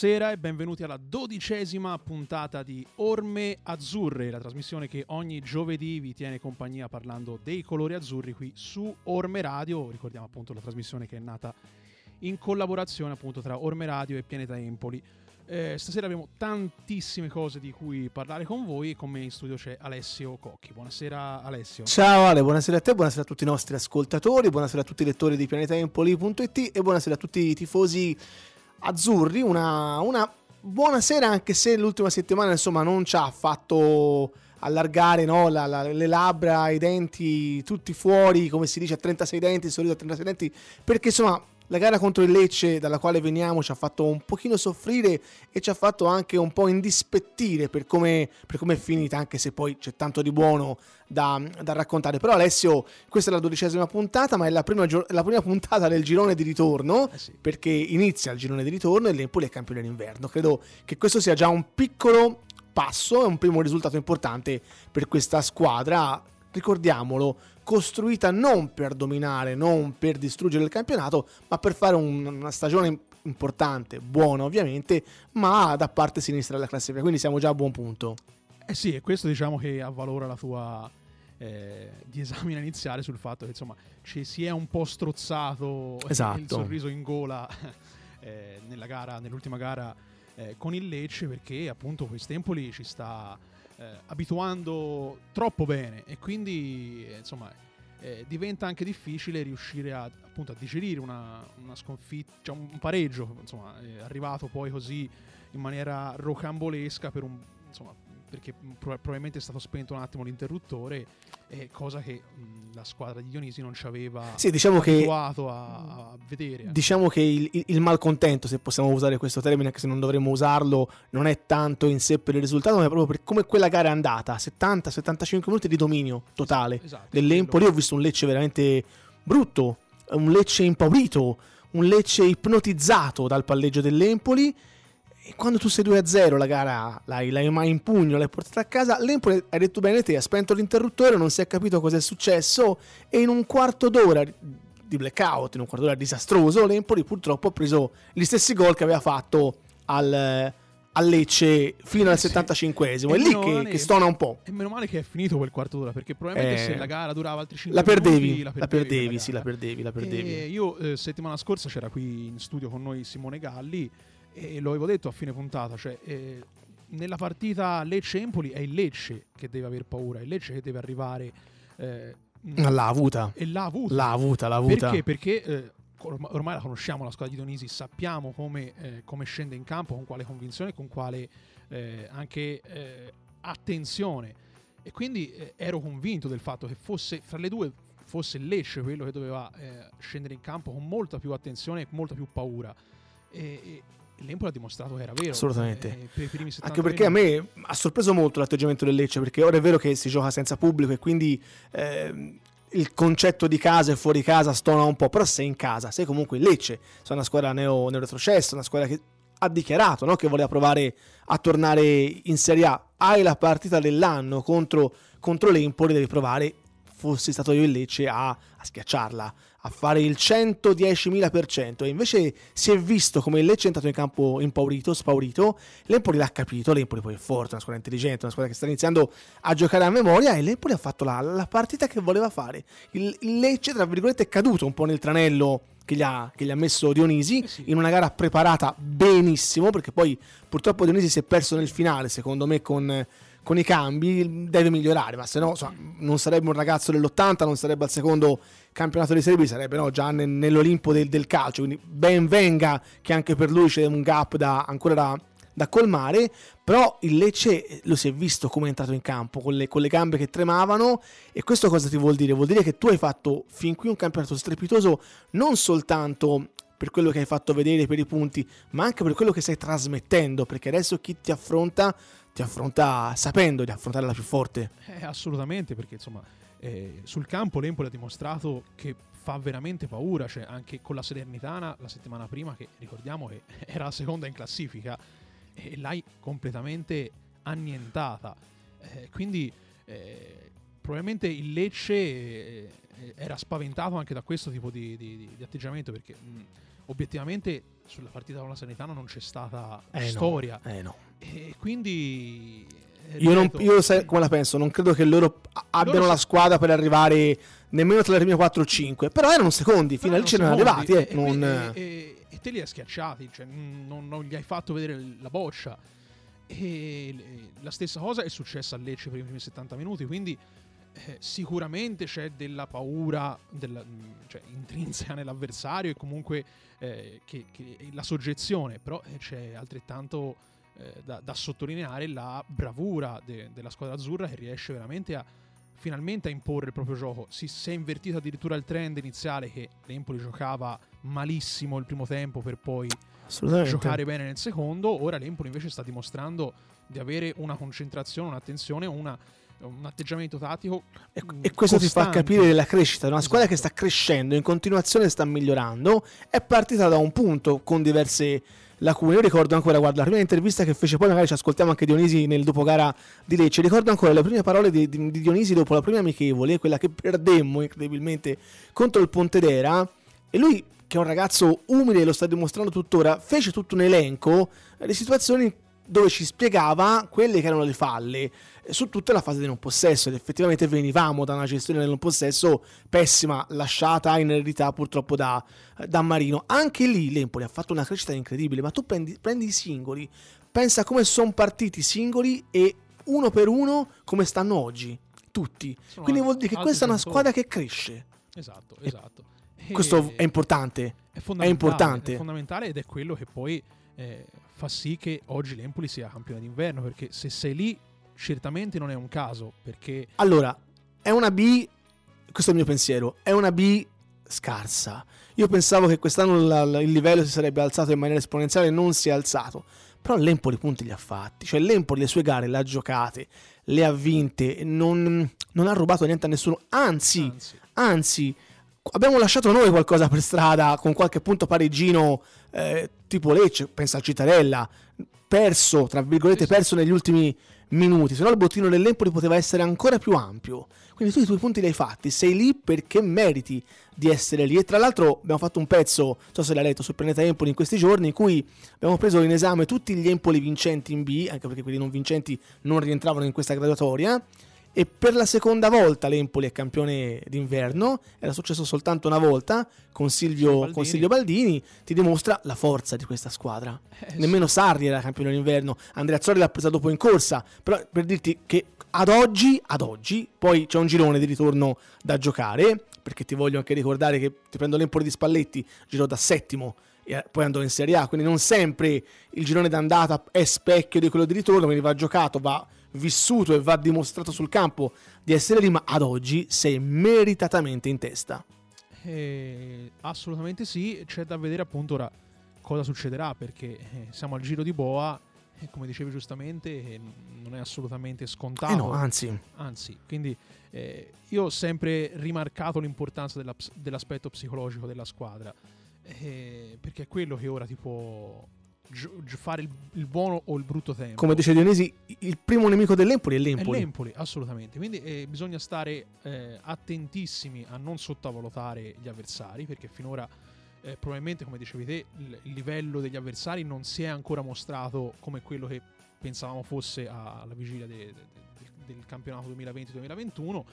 Buonasera e benvenuti alla 12ª puntata di Orme Azzurre, la trasmissione che ogni giovedì vi tiene compagnia parlando dei colori azzurri qui su Orme Radio. Ricordiamo appunto la trasmissione che è nata in collaborazione appunto tra Orme Radio e Pianeta Empoli. Stasera abbiamo tantissime cose di cui parlare con voi. Con me in studio c'è Alessio Cocchi. Buonasera Alessio. Ciao Ale, buonasera a te, buonasera a tutti i nostri ascoltatori, buonasera a tutti i lettori di pianetaempoli.it e buonasera a tutti i tifosi azzurri. Una buona sera, anche se l'ultima settimana insomma non ci ha fatto allargare, no, le labbra, i denti tutti fuori, come si dice, a 36 denti, il sorriso a 36 denti, perché insomma la gara contro il Lecce, dalla quale veniamo, ci ha fatto un pochino soffrire e ci ha fatto anche un po' indispettire per come è finita, anche se poi c'è tanto di buono da raccontare. Però Alessio, questa è la 12ª puntata, ma è la prima puntata del girone di ritorno, Sì. perché inizia il girone di ritorno e l'Empoli è campione d'inverno. Credo che questo sia già un piccolo passo, è un primo risultato importante per questa squadra, ricordiamolo, costruita non per dominare, non per distruggere il campionato, ma per fare una stagione importante, buona ovviamente, ma da parte sinistra della classifica, quindi siamo già a buon punto. Sì, e questo diciamo che avvalora la tua disamina iniziale sul fatto che insomma ci si è un po' strozzato, esatto, il sorriso in gola nell'ultima gara con il Lecce, perché appunto quest'Empoli ci sta abituando troppo bene e quindi insomma diventa anche difficile riuscire appunto a digerire una sconfitta, cioè un pareggio, insomma, è arrivato poi così in maniera rocambolesca perché probabilmente è stato spento un attimo l'interruttore, cosa che la squadra di Dionisi non ci aveva abituato a vedere. Diciamo che il malcontento, se possiamo usare questo termine, anche se non dovremmo usarlo, non è tanto in sé per il risultato, ma è proprio per come quella gara è andata. 70-75 minuti di dominio totale, esatto, dell'Empoli. Io ho visto un Lecce veramente brutto, un Lecce impaurito, un Lecce ipnotizzato dal palleggio dell'Empoli. E quando tu sei 2-0 la gara l'hai mai in pugno, l'hai portata a casa, l'Empoli, hai detto bene te, ha spento l'interruttore, non si è capito cosa è successo e in un quarto d'ora di blackout, in un quarto d'ora disastroso, l'Empoli purtroppo ha preso gli stessi gol che aveva fatto al Lecce fino al 75esimo. È lì che stona un po'. E meno male che è finito quel quarto d'ora, perché probabilmente se la gara durava altri 5 la minuti la perdevi. Io settimana scorsa c'era qui in studio con noi Simone Galli e lo avevo detto a fine puntata, cioè nella partita Lecce-Empoli è il Lecce che deve aver paura, è il Lecce che deve arrivare l'ha avuta. Perché ormai la conosciamo la squadra di Dionisi, sappiamo come scende in campo, con quale convinzione, con quale anche attenzione, e quindi ero convinto del fatto che fra le due fosse il Lecce quello che doveva scendere in campo con molta più attenzione e molta più paura, e l'Empoli ha dimostrato che era vero. Assolutamente. Per i primi 70 anche perché minuti. a me ha sorpreso molto l'atteggiamento del Lecce, perché ora è vero che si gioca senza pubblico e quindi il concetto di casa e fuori casa stona un po', però sei in casa, sei comunque il Lecce, sei una squadra neo-retrocesso, una squadra che ha dichiarato, no, che voleva provare a tornare in Serie A. Hai la partita dell'anno contro l'Empoli, devi provare, fossi stato io il Lecce, a schiacciarla, a fare il 110.000%, e invece si è visto come il Lecce è entrato in campo impaurito, spaurito. L'Empoli l'ha capito, l'Empoli poi è forte, una squadra intelligente, una squadra che sta iniziando a giocare a memoria, e l'Empoli ha fatto la partita che voleva fare. Il Lecce, tra virgolette, è caduto un po' nel tranello che gli ha messo Dionisi, sì, in una gara preparata benissimo, perché poi purtroppo Dionisi si è perso nel finale, secondo me, con i cambi. Deve migliorare, ma se no non sarebbe un ragazzo dell'80, non sarebbe al secondo campionato di Serie B, sarebbe già nell'Olimpo del calcio, quindi ben venga che anche per lui c'è un gap ancora da colmare. Però il Lecce lo si è visto come è entrato in campo con le gambe che tremavano, e questo cosa ti vuol dire? Vuol dire che tu hai fatto fin qui un campionato strepitoso, non soltanto per quello che hai fatto vedere, per i punti, ma anche per quello che stai trasmettendo, perché adesso chi ti affronta sapendo di affrontare la più forte. Assolutamente, perché insomma sul campo l'Empoli ha dimostrato che fa veramente paura, cioè anche con la Salernitana la settimana prima, che ricordiamo che era la seconda in classifica, e l'hai completamente annientata, quindi probabilmente il Lecce era spaventato anche da questo tipo di atteggiamento, perché obiettivamente sulla partita con la Salernitana non c'è stata No, storia. no. E quindi io sai come la penso, non credo che loro abbiano la squadra per arrivare nemmeno tra le prime 4 o 5, però erano secondi, fino a lì c'erano arrivati. E te li hai schiacciati, cioè non gli hai fatto vedere la boccia. E la stessa cosa è successa a Lecce per i primi 70 minuti, quindi sicuramente c'è della paura cioè, intrinseca nell'avversario e comunque che la soggezione, però c'è altrettanto da sottolineare la bravura della squadra azzurra, che riesce veramente finalmente a imporre il proprio gioco. Si è invertito addirittura il trend iniziale, che l'Empoli giocava malissimo il primo tempo per poi giocare bene nel secondo. Ora l'Empoli invece sta dimostrando di avere una concentrazione, un'attenzione, un atteggiamento tattico e questo costante. ti fa capire la crescita. Una squadra che sta crescendo in continuazione, sta migliorando, è partita da un punto con diverse lacune. Io ricordo ancora, guarda, la prima intervista che fece, poi magari ci ascoltiamo anche Dionisi nel dopogara di Lecce. Ricordo ancora le prime parole di Dionisi dopo la prima amichevole, quella che perdemmo incredibilmente contro il Pontedera, e lui, che è un ragazzo umile, lo sta dimostrando tuttora, fece tutto un elenco di situazioni dove ci spiegava quelle che erano le falle su tutta la fase del non possesso, ed effettivamente venivamo da una gestione del non possesso pessima, lasciata in eredità purtroppo da Marino. Anche lì l'Empoli ha fatto una crescita incredibile, ma tu prendi i singoli, pensa come sono partiti i singoli e uno per uno come stanno oggi tutti, quindi vuol dire che questa è una squadra che cresce. Esatto. Questo è importante, è fondamentale, ed è quello che poi fa sì che oggi l'Empoli sia campione d'inverno, perché se sei lì certamente non è un caso, perché allora è una B, questo è il mio pensiero, è una B scarsa. Io pensavo che quest'anno il livello si sarebbe alzato in maniera esponenziale, non si è alzato, però l'Empoli punti li ha fatti, cioè l'Empoli le sue gare le ha giocate, le ha vinte, non ha rubato niente a nessuno, anzi abbiamo lasciato noi qualcosa per strada, con qualche punto pareggino tipo Lecce, pensa al Citarella, perso, tra virgolette, perso negli ultimi minuti, se no il bottino dell'Empoli poteva essere ancora più ampio. Quindi tu i tuoi punti li hai fatti, sei lì perché meriti di essere lì. E tra l'altro abbiamo fatto un pezzo, non so se l'hai letto, sul Pianeta Empoli in questi giorni, in cui abbiamo preso in esame tutti gli Empoli vincenti in B, anche perché quelli non vincenti non rientravano in questa graduatoria, e per la seconda volta l'Empoli è campione d'inverno. Era successo soltanto una volta con Silvio Baldini. Ti dimostra la forza di questa squadra. Nemmeno Sarri era campione d'inverno, Andrea Azzorri l'ha presa dopo in corsa, però per dirti che ad oggi poi c'è un girone di ritorno da giocare, perché ti voglio anche ricordare che ti prendo l'Empoli di Spalletti, girò da settimo e poi andò in Serie A, quindi non sempre il girone d'andata è specchio di quello di ritorno, quindi va giocato, va vissuto e va dimostrato sul campo di essere lì, ma ad oggi sei meritatamente in testa. Assolutamente sì, c'è da vedere appunto ora cosa succederà, perché siamo al giro di boa e come dicevi giustamente non è assolutamente scontato. No, anzi, quindi io ho sempre rimarcato l'importanza dell'aspetto psicologico della squadra, perché è quello che ora ti può fare il buono o il brutto tempo. Come dice Dionisi, il primo nemico dell'Empoli è l'Empoli. È l'Empoli, assolutamente. Quindi bisogna stare attentissimi a non sottovalutare gli avversari, perché finora probabilmente, come dicevi te, il livello degli avversari non si è ancora mostrato come quello che pensavamo fosse alla vigilia del campionato 2020-2021.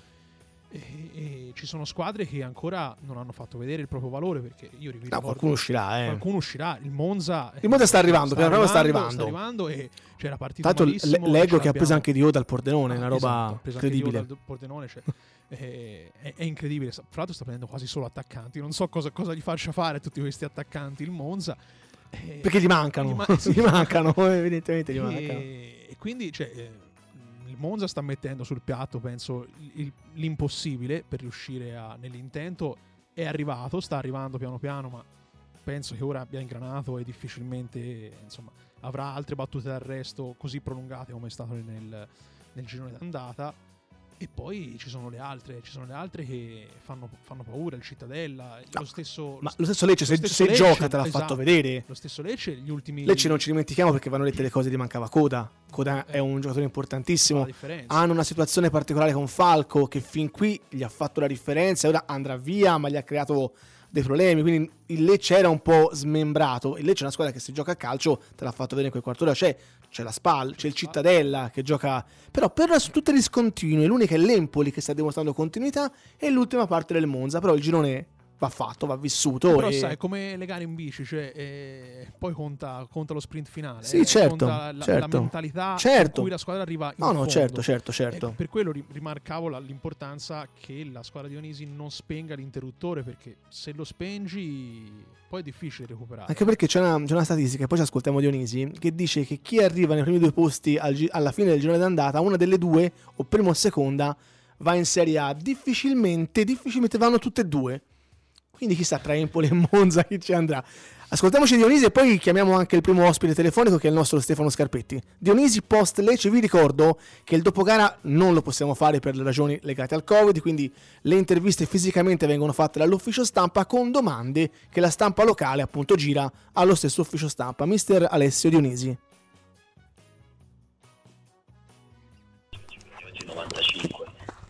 E ci sono squadre che ancora non hanno fatto vedere il proprio valore, perché io ricordo qualcuno uscirà, il Monza sta arrivando e c'era partito malissimo. Leggo che ha preso anche Dio dal Pordenone, una roba incredibile. Dal Pordenone, cioè, è incredibile. Fra l'altro sta prendendo quasi solo attaccanti, non so cosa gli faccia fare a tutti questi attaccanti il Monza, perché gli mancano evidentemente gli mancano, e quindi il Monza sta mettendo sul piatto, penso, l'impossibile per riuscire nell'intento. È arrivato, sta arrivando piano piano, ma penso che ora abbia ingranato e difficilmente avrà altre battute d'arresto così prolungate come è stato nel girone d'andata. E poi ci sono le altre che fanno paura, il Cittadella, lo stesso Lecce, se gioca te l'ha fatto vedere. Lo stesso Lecce, gli ultimi Lecce non ci dimentichiamo, perché vanno dette le cose, gli mancava Coda è un giocatore importantissimo, hanno una situazione particolare con Falco che fin qui gli ha fatto la differenza, ora andrà via, ma gli ha creato dei problemi, quindi il Lecce era un po' smembrato. Il Lecce è una squadra che se gioca a calcio, te l'ha fatto vedere in quel quarto d'ora, c'è la SPAL, c'è il Cittadella che gioca, però per ora sono tutte discontinue, l'unica è l'Empoli che sta dimostrando continuità e l'ultima parte del Monza, però il girone va fatto, va vissuto. Però sai, come le gare in bici, poi conta lo sprint finale. Sì, certo, conta la certo, mentalità certo. in cui la squadra arriva in No, fondo. certo. Per quello rimarcavo l'importanza che la squadra di Dionisi non spenga l'interruttore, perché se lo spengi poi è difficile recuperare. Anche perché c'è una statistica, poi ci ascoltiamo Dionisi, che dice che chi arriva nei primi 2 posti alla fine del girone d'andata, una delle due, o prima o seconda, va in Serie A. Difficilmente vanno tutte e due. Quindi chissà, tra Empoli e Monza chi ci andrà. Ascoltiamoci Dionisi e poi chiamiamo anche il primo ospite telefonico, che è il nostro Stefano Scarpetti. Dionisi post Lecce. Vi ricordo che il dopogara non lo possiamo fare per le ragioni legate al Covid, quindi le interviste fisicamente vengono fatte dall'ufficio stampa con domande che la stampa locale appunto gira allo stesso ufficio stampa. Mister Alessio Dionisi. Oggi 95.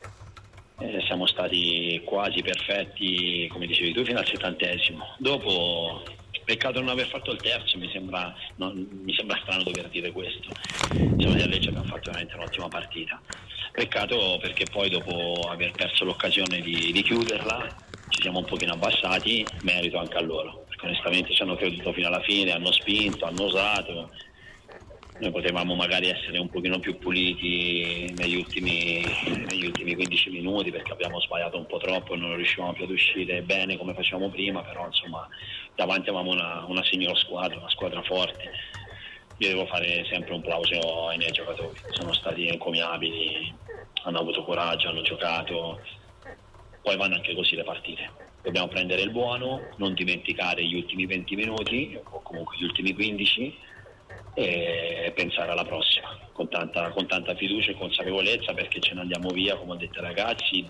Siamo stati quasi perfetti, come dicevi tu, fino al 70°. Dopo, peccato non aver fatto il terzo, mi sembra strano dover dire questo. Insomma, a Lecce abbiamo fatto veramente un'ottima partita. Peccato perché poi dopo aver perso l'occasione di chiuderla ci siamo un pochino abbassati, merito anche a loro, perché onestamente ci hanno creduto fino alla fine, hanno spinto, hanno osato. Noi potevamo magari essere un pochino più puliti negli ultimi 15 minuti, perché abbiamo sbagliato un po' troppo e non riuscivamo più ad uscire bene come facevamo prima, però insomma davanti avevamo una signora squadra, una squadra forte. Io devo fare sempre un plauso ai miei giocatori, sono stati encomiabili, hanno avuto coraggio, hanno giocato, poi vanno anche così le partite. Dobbiamo prendere il buono, non dimenticare gli ultimi 20 minuti o comunque gli ultimi 15 e pensare alla prossima con tanta fiducia e consapevolezza, perché ce ne andiamo via, come ho detto ai ragazzi,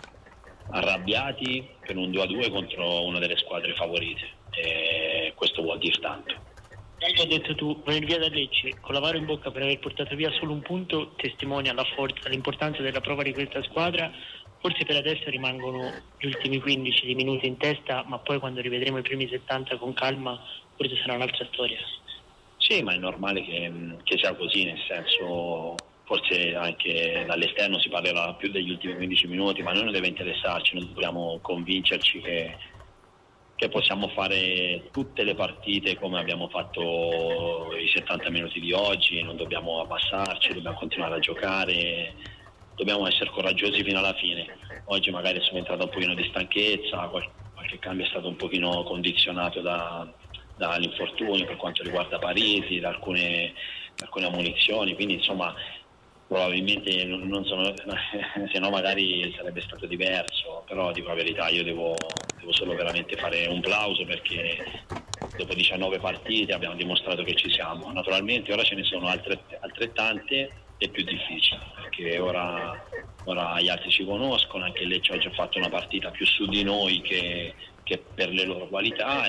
arrabbiati per un 2-2 contro una delle squadre favorite, e questo vuol dire tanto. Hai detto tu, venire via da Lecce con l'amaro in bocca per aver portato via solo un punto testimonia la forza, l'importanza della prova di questa squadra. Forse per adesso rimangono gli ultimi 15 di minuti in testa, ma poi quando rivedremo i primi 70 con calma forse sarà un'altra storia. Sì, ma è normale che sia così, nel senso, forse anche dall'esterno si parlerà più degli ultimi 15 minuti, ma a noi non deve interessarci, noi dobbiamo convincerci che possiamo fare tutte le partite come abbiamo fatto i 70 minuti di oggi, non dobbiamo abbassarci, dobbiamo continuare a giocare, dobbiamo essere coraggiosi fino alla fine. Oggi magari è subentrata un pochino di stanchezza, qualche cambio è stato un pochino condizionato dall'infortunio per quanto riguarda Parisi, da alcune ammunizioni, quindi insomma probabilmente non sono, se no magari sarebbe stato diverso, però dico la verità, io devo solo veramente fare un plauso, perché dopo 19 partite abbiamo dimostrato che ci siamo. Naturalmente ora ce ne sono altrettante e più difficili, perché ora gli altri ci conoscono, anche il Lecce oggi ha fatto una partita più su di noi che per le loro qualità,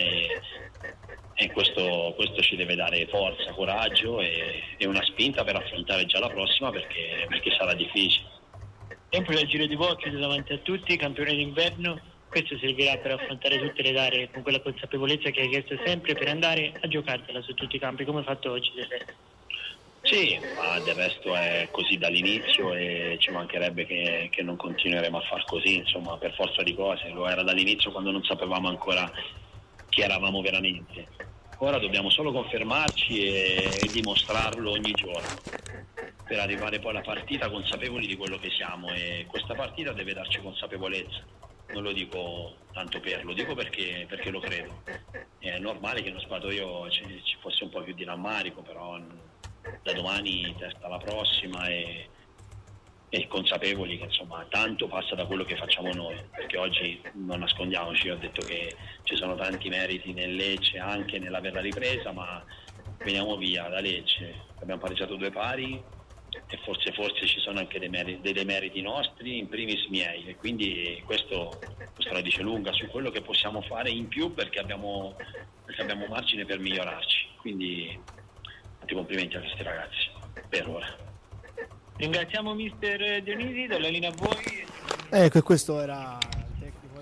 e questo ci deve dare forza, coraggio e una spinta per affrontare già la prossima, perché sarà difficile. Sempre il giro di boa chiuso davanti a tutti, campione d'inverno, questo servirà per affrontare tutte le gare con quella consapevolezza che hai chiesto sempre, per andare a giocartela su tutti i campi come hai fatto oggi del resto. Sì, ma del resto è così dall'inizio e ci mancherebbe che non continueremo a far così, insomma, per forza di cose. Lo era dall'inizio, quando non sapevamo ancora chi eravamo veramente. Ora dobbiamo solo confermarci e dimostrarlo ogni giorno, per arrivare poi alla partita consapevoli di quello che siamo, e questa partita deve darci consapevolezza. Non lo dico tanto lo dico perché lo credo. È normale che nello spogliatoio ci fosse un po' più di rammarico, però da domani testa alla prossima e consapevoli che insomma tanto passa da quello che facciamo noi, perché oggi non nascondiamoci, ho detto che ci sono tanti meriti nel Lecce anche nell'averla ripresa, ma veniamo via da Lecce, abbiamo pareggiato 2 pari e forse ci sono anche dei meriti nostri, in primis miei, e quindi questo la dice lunga su quello che possiamo fare in più, perché abbiamo margine per migliorarci, quindi tanti complimenti a questi ragazzi per ora. Ringraziamo mister Dionisi, dalla linea a voi. Ecco, e questo era il tecnico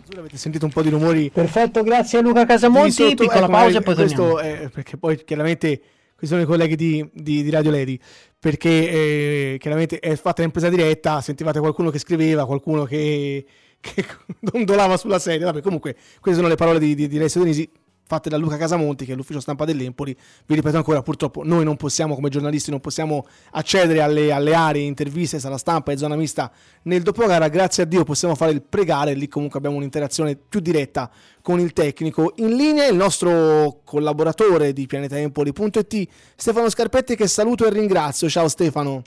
Avete sentito un po' di rumori? Perfetto, grazie a Luca Casamonti. Piccola pausa e poi torniamo. Perché poi chiaramente qui sono i colleghi di Radio Lady, perché chiaramente è fatta l'impresa diretta, sentivate qualcuno che scriveva, qualcuno che dondolava sulla sedia. Vabbè, comunque queste sono le parole di Alessio Denisi fatte da Luca Casamonti, che è l'ufficio stampa dell'Empoli. Vi ripeto ancora, purtroppo noi non possiamo, come giornalisti, non possiamo accedere alle aree, interviste, sala stampa e zona mista nel dopogara. Grazie a Dio possiamo fare il pregare, lì comunque abbiamo un'interazione più diretta con il tecnico. In linea il nostro collaboratore di pianetaempoli.it, Stefano Scarpetti, che saluto e ringrazio. Ciao Stefano.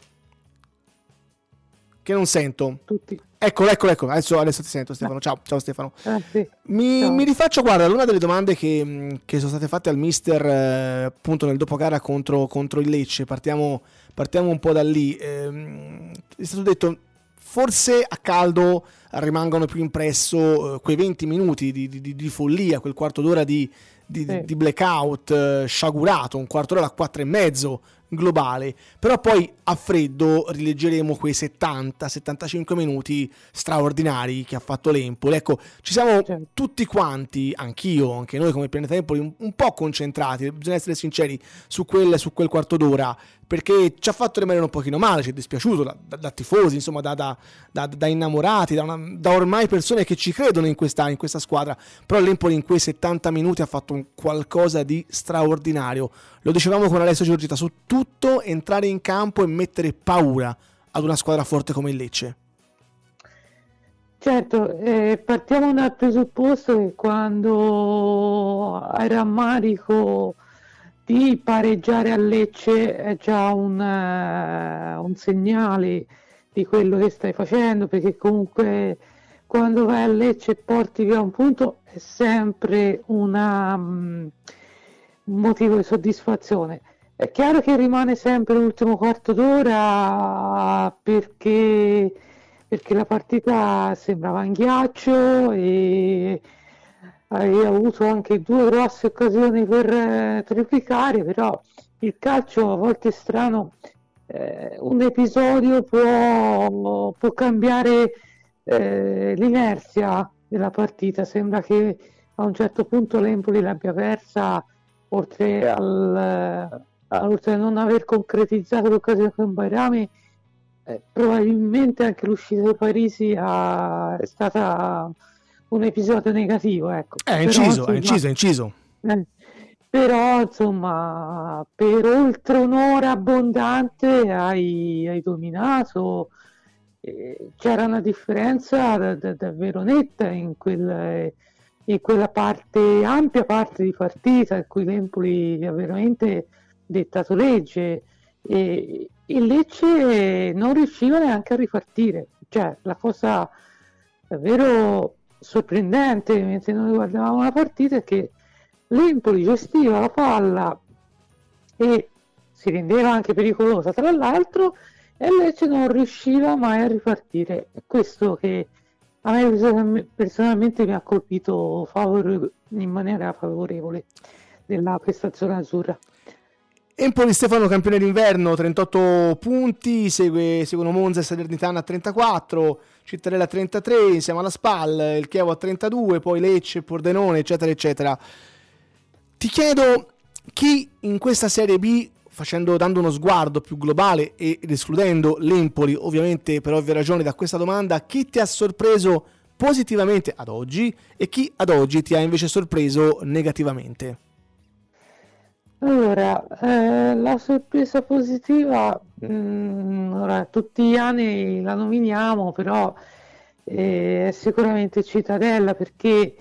Che non sento. Tutti. Eccolo, adesso ti sento Stefano, ciao Stefano. Sì. Mi rifaccio, guarda, una delle domande che sono state fatte al mister appunto nel dopogara contro il Lecce, partiamo un po' da lì. È stato detto, forse a caldo rimangono più impresso quei 20 minuti di follia, quel quarto d'ora di blackout sciagurato, un quarto d'ora a 4,5 globale, però poi a freddo rileggeremo quei 70-75 minuti straordinari che ha fatto l'Empoli. Ecco, ci siamo tutti quanti, anch'io, anche noi come Pianeta Empoli, un po' concentrati, bisogna essere sinceri, su quel quarto d'ora, perché ci ha fatto rimanere un pochino male, ci è dispiaciuto da tifosi, insomma da innamorati, da ormai persone che ci credono in questa squadra, però l'Empoli in quei 70 minuti ha fatto un qualcosa di straordinario. Lo dicevamo con Alessio Giorgita, su tutto entrare in campo e mettere paura ad una squadra forte come il Lecce. Certo, partiamo dal presupposto che quando hai rammarico di pareggiare a Lecce è già un segnale di quello che stai facendo, perché comunque quando vai a Lecce e porti via un punto è sempre un motivo di soddisfazione. È chiaro che rimane sempre l'ultimo quarto d'ora perché la partita sembrava in ghiaccio e hai avuto anche 2 grosse occasioni per triplicare, però il calcio a volte è strano, un episodio può cambiare l'inerzia della partita. Sembra che a un certo punto l'Empoli l'abbia persa, oltre a non aver concretizzato l'occasione con Bairami. Probabilmente anche l'uscita di Parisi è stata un episodio negativo, ecco. È inciso. Però insomma, per oltre un'ora abbondante hai dominato. C'era una differenza davvero netta in quella ampia parte di partita in cui l'Empoli ha veramente dettato legge, e il Lecce non riusciva neanche a ripartire. Cioè, la cosa davvero sorprendente mentre noi guardavamo la partita è che l'Empoli gestiva la palla e si rendeva anche pericolosa, tra l'altro, e il Lecce non riusciva mai a ripartire. È questo che a me personalmente mi ha colpito in maniera favorevole della prestazione azzurra. Empoli, Stefano, campione d'inverno, 38 punti, seguono Monza e Salernitana a 34, Cittadella a 33, insieme alla SPAL, il Chievo a 32, poi Lecce, Pordenone, eccetera eccetera. Ti chiedo, chi in questa Serie B, dando uno sguardo più globale ed escludendo l'Empoli ovviamente per ovvie ragioni da questa domanda, chi ti ha sorpreso positivamente ad oggi e chi ad oggi ti ha invece sorpreso negativamente? Allora, la sorpresa positiva, ora, tutti gli anni la nominiamo, però è sicuramente Cittadella, perché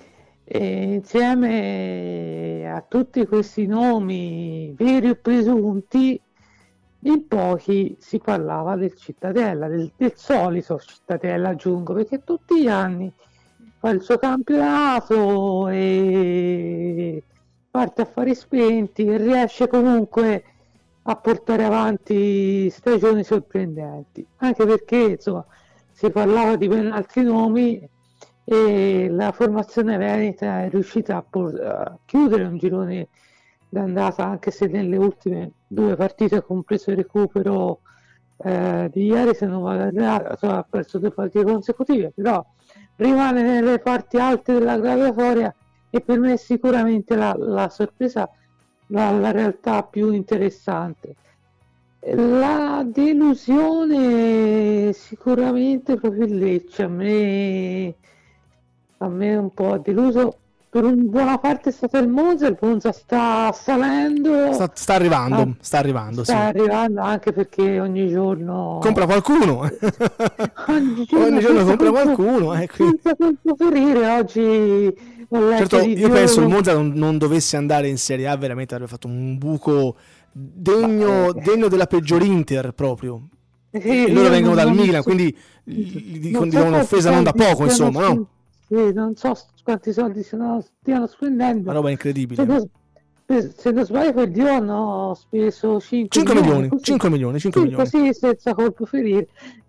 insieme a tutti questi nomi veri o presunti, in pochi si parlava del Cittadella, del solito Cittadella, aggiungo, perché tutti gli anni fa il suo campionato e parte a fari spenti e riesce comunque a portare avanti stagioni sorprendenti, anche perché insomma si parlava di ben altri nomi e la formazione veneta è riuscita a chiudere un girone d'andata, anche se nelle ultime 2 partite, compreso il recupero, di ieri, se non vado errato, ha perso 2 partite consecutive, però rimane nelle parti alte della graduatoria e per me è sicuramente la sorpresa, la realtà più interessante. La delusione sicuramente proprio il Lecce, a me un po' ha deluso. Per una buona parte è stato il Monza sta salendo, sta arrivando, sta arrivando anche perché ogni giorno compra qualcuno, ogni giorno compra qualcuno, senza colpo ferire. Oggi certo, io penso il Monza non dovesse andare in Serie A, veramente avrebbe fatto un buco degno della peggior Inter proprio. E loro vengono dal Milan, quindi gli dicono un'offesa non da poco, insomma, no? Sì, non so quanti soldi stiano spendendo. Una roba incredibile. Se non sbaglio, per Dio hanno speso 5 milioni. 5 milioni. Così, senza colpo ferire.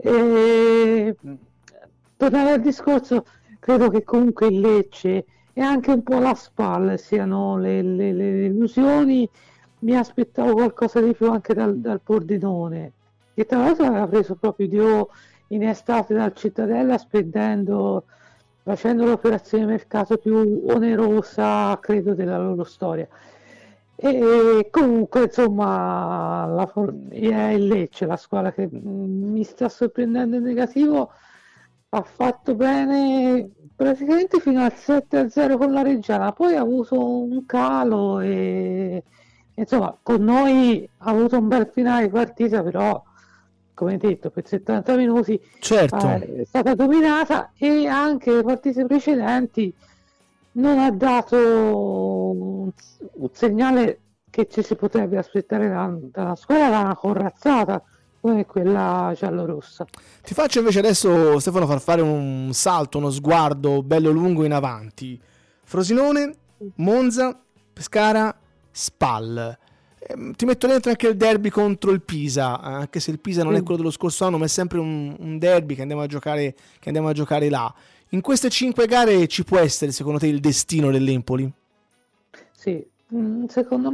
Tornare al discorso, credo che comunque il Lecce e anche un po' la SPAL siano le illusioni. Mi aspettavo qualcosa di più anche dal Pordenone, che tra l'altro aveva preso proprio in estate dal Cittadella, facendo l'operazione mercato più onerosa, credo, della loro storia. E comunque, insomma, è il Lecce, la squadra che mi sta sorprendendo in negativo. Ha fatto bene praticamente fino al 7-0 con la Reggiana, poi ha avuto un calo e insomma con noi ha avuto un bel finale di partita, però come detto per 70 minuti certo. È stata dominata, e anche le partite precedenti non ha dato un segnale che ci si potrebbe aspettare da una squadra, da una corazzata come quella giallorossa. Ti faccio invece adesso, Stefano, fare un salto, uno sguardo bello lungo in avanti. Frosinone, Monza, Pescara, SPAL. Ti metto dentro anche il derby contro il Pisa, anche se il Pisa non è quello dello scorso anno, ma è sempre un derby che andiamo a giocare là. In queste 5 gare ci può essere, secondo te, il destino dell'Empoli? Sì, secondo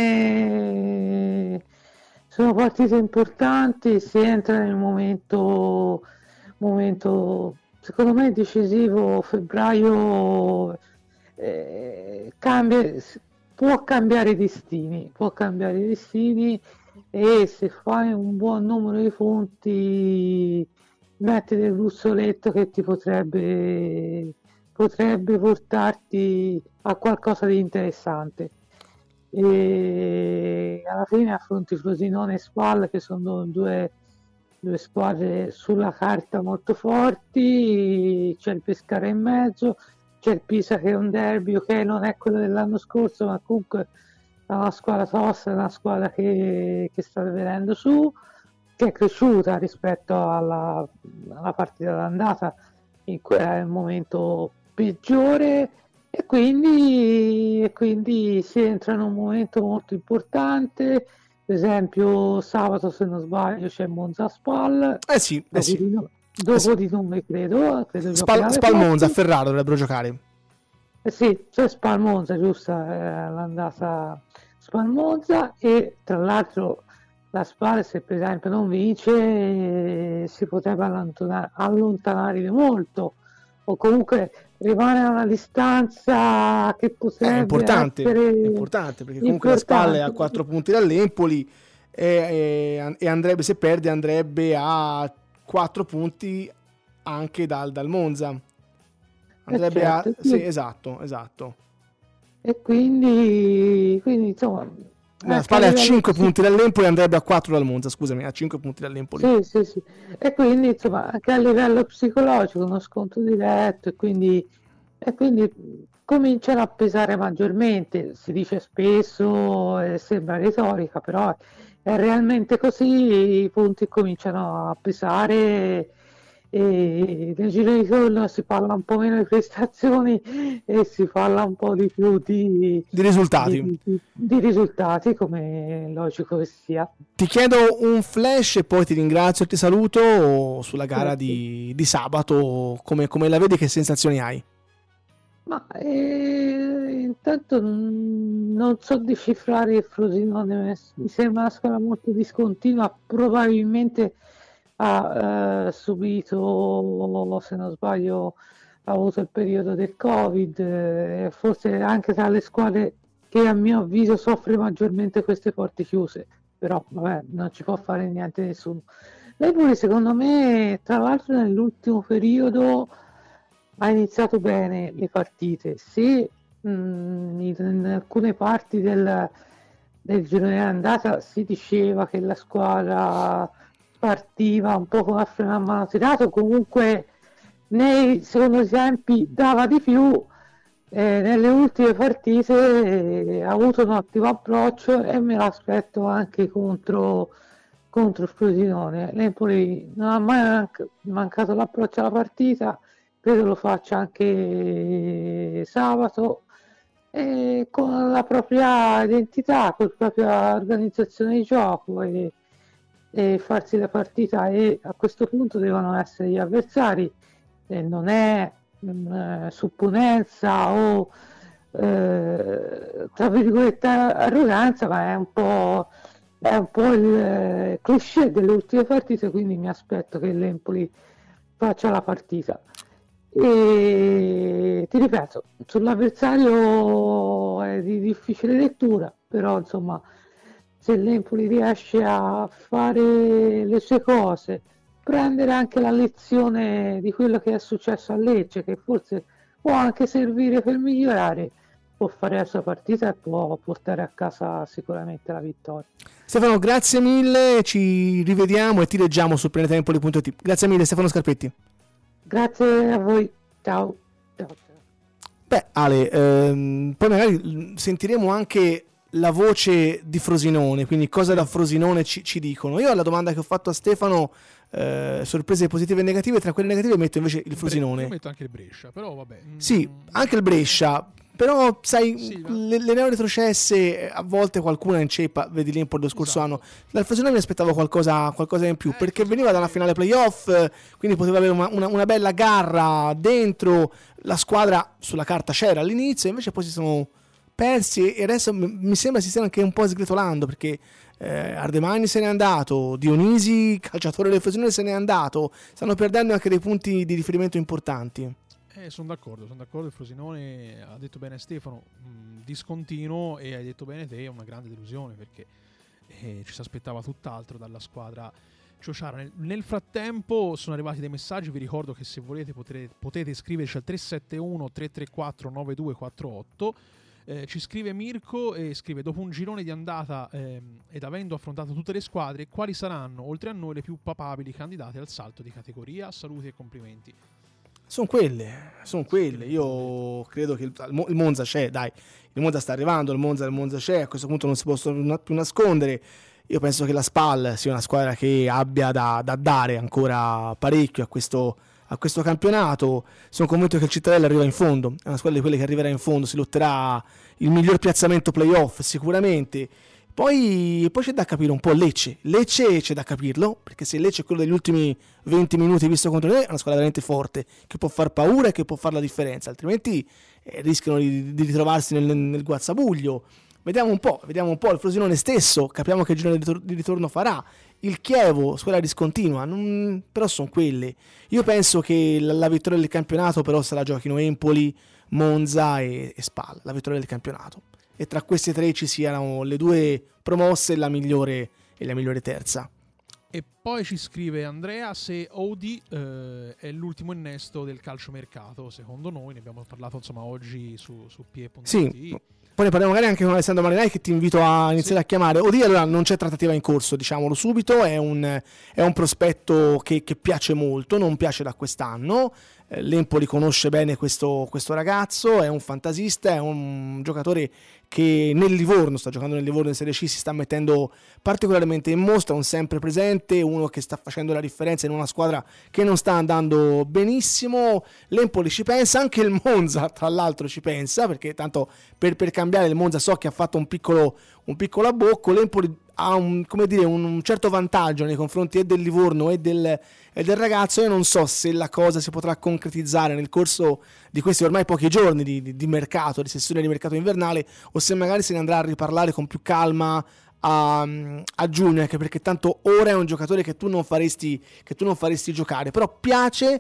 me sono partite importanti, si entra nel momento secondo me decisivo. Febbraio può cambiare i destini, e se fai un buon numero di punti metti del gruzzoletto che ti potrebbe portarti a qualcosa di interessante. E alla fine affronti Frosinone e SPAL, che sono due squadre sulla carta molto forti. C'è il Pescara in mezzo, c'è il Pisa che è un derby, che non è quello dell'anno scorso, ma comunque è una squadra tosta, è una squadra che sta venendo su, che è cresciuta rispetto alla partita d'andata in cui era il momento peggiore, e quindi si entra in un momento molto importante. Per esempio sabato, se non sbaglio, c'è Monza SPAL, dopo di nome credo SPAL Monza, a Ferrara dovrebbero giocare. Sì, c'è SPAL Monza, giusta, l'andata SPAL Monza. E tra l'altro la SPAL, se per esempio non vince, si potrebbe allontanare di molto, o comunque rimane a una distanza che potrebbe importante, essere perché comunque la SPAL è a 4 punti dall'Empoli e andrebbe, se perde, andrebbe a 4 punti anche dal Monza. Andrebbe certo, sì, esatto. E quindi insomma, la SPAL è a 5 punti dall'Empoli, andrebbe a 4 dal Monza, scusami, a 5 punti dall'Empoli. Sì. E quindi insomma anche a livello psicologico uno scontro diretto, e quindi cominciano a pesare maggiormente. Si dice spesso, sembra retorica, però è realmente così. I punti cominciano a pesare, e nel giro di ritorno si parla un po' meno di prestazioni e si parla un po' di più di risultati. Di risultati, come è logico che sia. Ti chiedo un flash e poi ti ringrazio e ti saluto sulla gara di sabato. Come la vedi, che sensazioni hai? Ma intanto non so decifrare il Frosinone, mi sembra una squadra molto discontinua, probabilmente ha subito, se non sbaglio, ha avuto il periodo del Covid, forse anche tra le squadre che a mio avviso soffre maggiormente queste porte chiuse, però vabbè, non ci può fare niente nessuno. L'Empoli secondo me, tra l'altro nell'ultimo periodo ha iniziato bene le partite, se in alcune parti del girone d'andata si diceva che la squadra partiva un po' con la freno a mano tirato, comunque nei secondi tempi dava di più, nelle ultime partite ha avuto un ottimo approccio e me l'aspetto anche contro il Frosinone. L'Empoli non ha mai mancato l'approccio alla partita, credo lo faccia anche sabato, e con la propria identità, con la propria organizzazione di gioco e farsi la partita, e a questo punto devono essere gli avversari, non è supponenza o tra virgolette arroganza, ma è un po' il cliché delle ultime partite, quindi mi aspetto che l'Empoli faccia la partita. E ti ripeto, sull'avversario è di difficile lettura, però insomma, se l'Empoli riesce a fare le sue cose, prendere anche la lezione di quello che è successo a Lecce, che forse può anche servire per migliorare, può fare la sua partita e può portare a casa sicuramente la vittoria. Stefano, grazie mille, ci rivediamo e ti leggiamo su planetaempoli.it. Grazie mille Stefano Scarpetti. Grazie a voi, ciao. Beh Ale, poi magari sentiremo anche la voce di Frosinone, quindi cosa da Frosinone ci dicono. Io alla domanda che ho fatto a Stefano, sorprese positive e negative, tra quelle negative metto invece il Frosinone. Io metto anche il Brescia, però vabbè. Sì, anche il Brescia, però sai, sì, le neoretrocesse a volte qualcuna inceppa, vedi l'Empoli lo scorso anno. Dal Frosinone mi aspettavo qualcosa in più, perché veniva da una finale playoff, quindi poteva avere una bella garra dentro, la squadra sulla carta c'era all'inizio, invece poi si sono persi e adesso mi sembra si stiano anche un po' sgretolando, perché Ardemagni se n'è andato, Dionisi, calciatore del Frosinone, se n'è andato, stanno perdendo anche dei punti di riferimento importanti. Sono d'accordo, il Frosinone, ha detto bene Stefano, discontinuo, e hai detto bene te, è una grande delusione, perché ci si aspettava tutt'altro dalla squadra ciociara. Nel frattempo sono arrivati dei messaggi, vi ricordo che se volete potete scriverci al 371 334 9248. Ci scrive Mirko e scrive: dopo un girone di andata ed avendo affrontato tutte le squadre, quali saranno oltre a noi le più papabili candidate al salto di categoria? Saluti e complimenti. Sono quelle. Io credo che il Monza c'è, dai, il Monza sta arrivando, il Monza c'è, a questo punto non si possono più nascondere. Io penso che la SPAL sia una squadra che abbia da dare ancora parecchio a questo campionato. Sono convinto che il Cittadella arriva in fondo, è una squadra di quelle che arriverà in fondo, si lotterà il miglior piazzamento playoff sicuramente. Poi c'è da capire un po' Lecce c'è da capirlo, perché se Lecce è quello degli ultimi 20 minuti visto contro noi, è una squadra veramente forte, che può far paura e che può fare la differenza, altrimenti rischiano di ritrovarsi nel guazzabuglio. Vediamo un po', il Frosinone stesso, capiamo che girone di ritorno farà, il Chievo, squadra discontinua, però sono quelle. Io penso che la vittoria del campionato però se la giochino Empoli, Monza e Spal, la vittoria del campionato. E tra queste tre ci siano le due promosse e la migliore terza. E poi ci scrive Andrea se Odi è l'ultimo innesto del calciomercato, secondo noi, ne abbiamo parlato insomma oggi su Pie.it. Sì. Poi ne parliamo magari anche con Alessandro Marinai, che ti invito a iniziare a chiamare. Odi, allora non c'è trattativa in corso, diciamolo subito, è un prospetto che piace molto, non piace da quest'anno. L'Empoli conosce bene questo ragazzo, è un fantasista, è un giocatore che nel Livorno, sta giocando nel Livorno in Serie C, si sta mettendo particolarmente in mostra, un sempre presente, uno che sta facendo la differenza in una squadra che non sta andando benissimo. L'Empoli ci pensa, anche il Monza tra l'altro ci pensa, perché tanto per cambiare il Monza so che ha fatto un piccolo abbocco. L'Empoli ha un certo vantaggio nei confronti del Livorno e del ragazzo. Io non so se la cosa si potrà concretizzare nel corso di questi ormai pochi giorni di mercato, di sessione di mercato invernale, o se magari se ne andrà a riparlare con più calma a giugno, anche perché tanto ora è un giocatore che tu non faresti giocare. Però piace,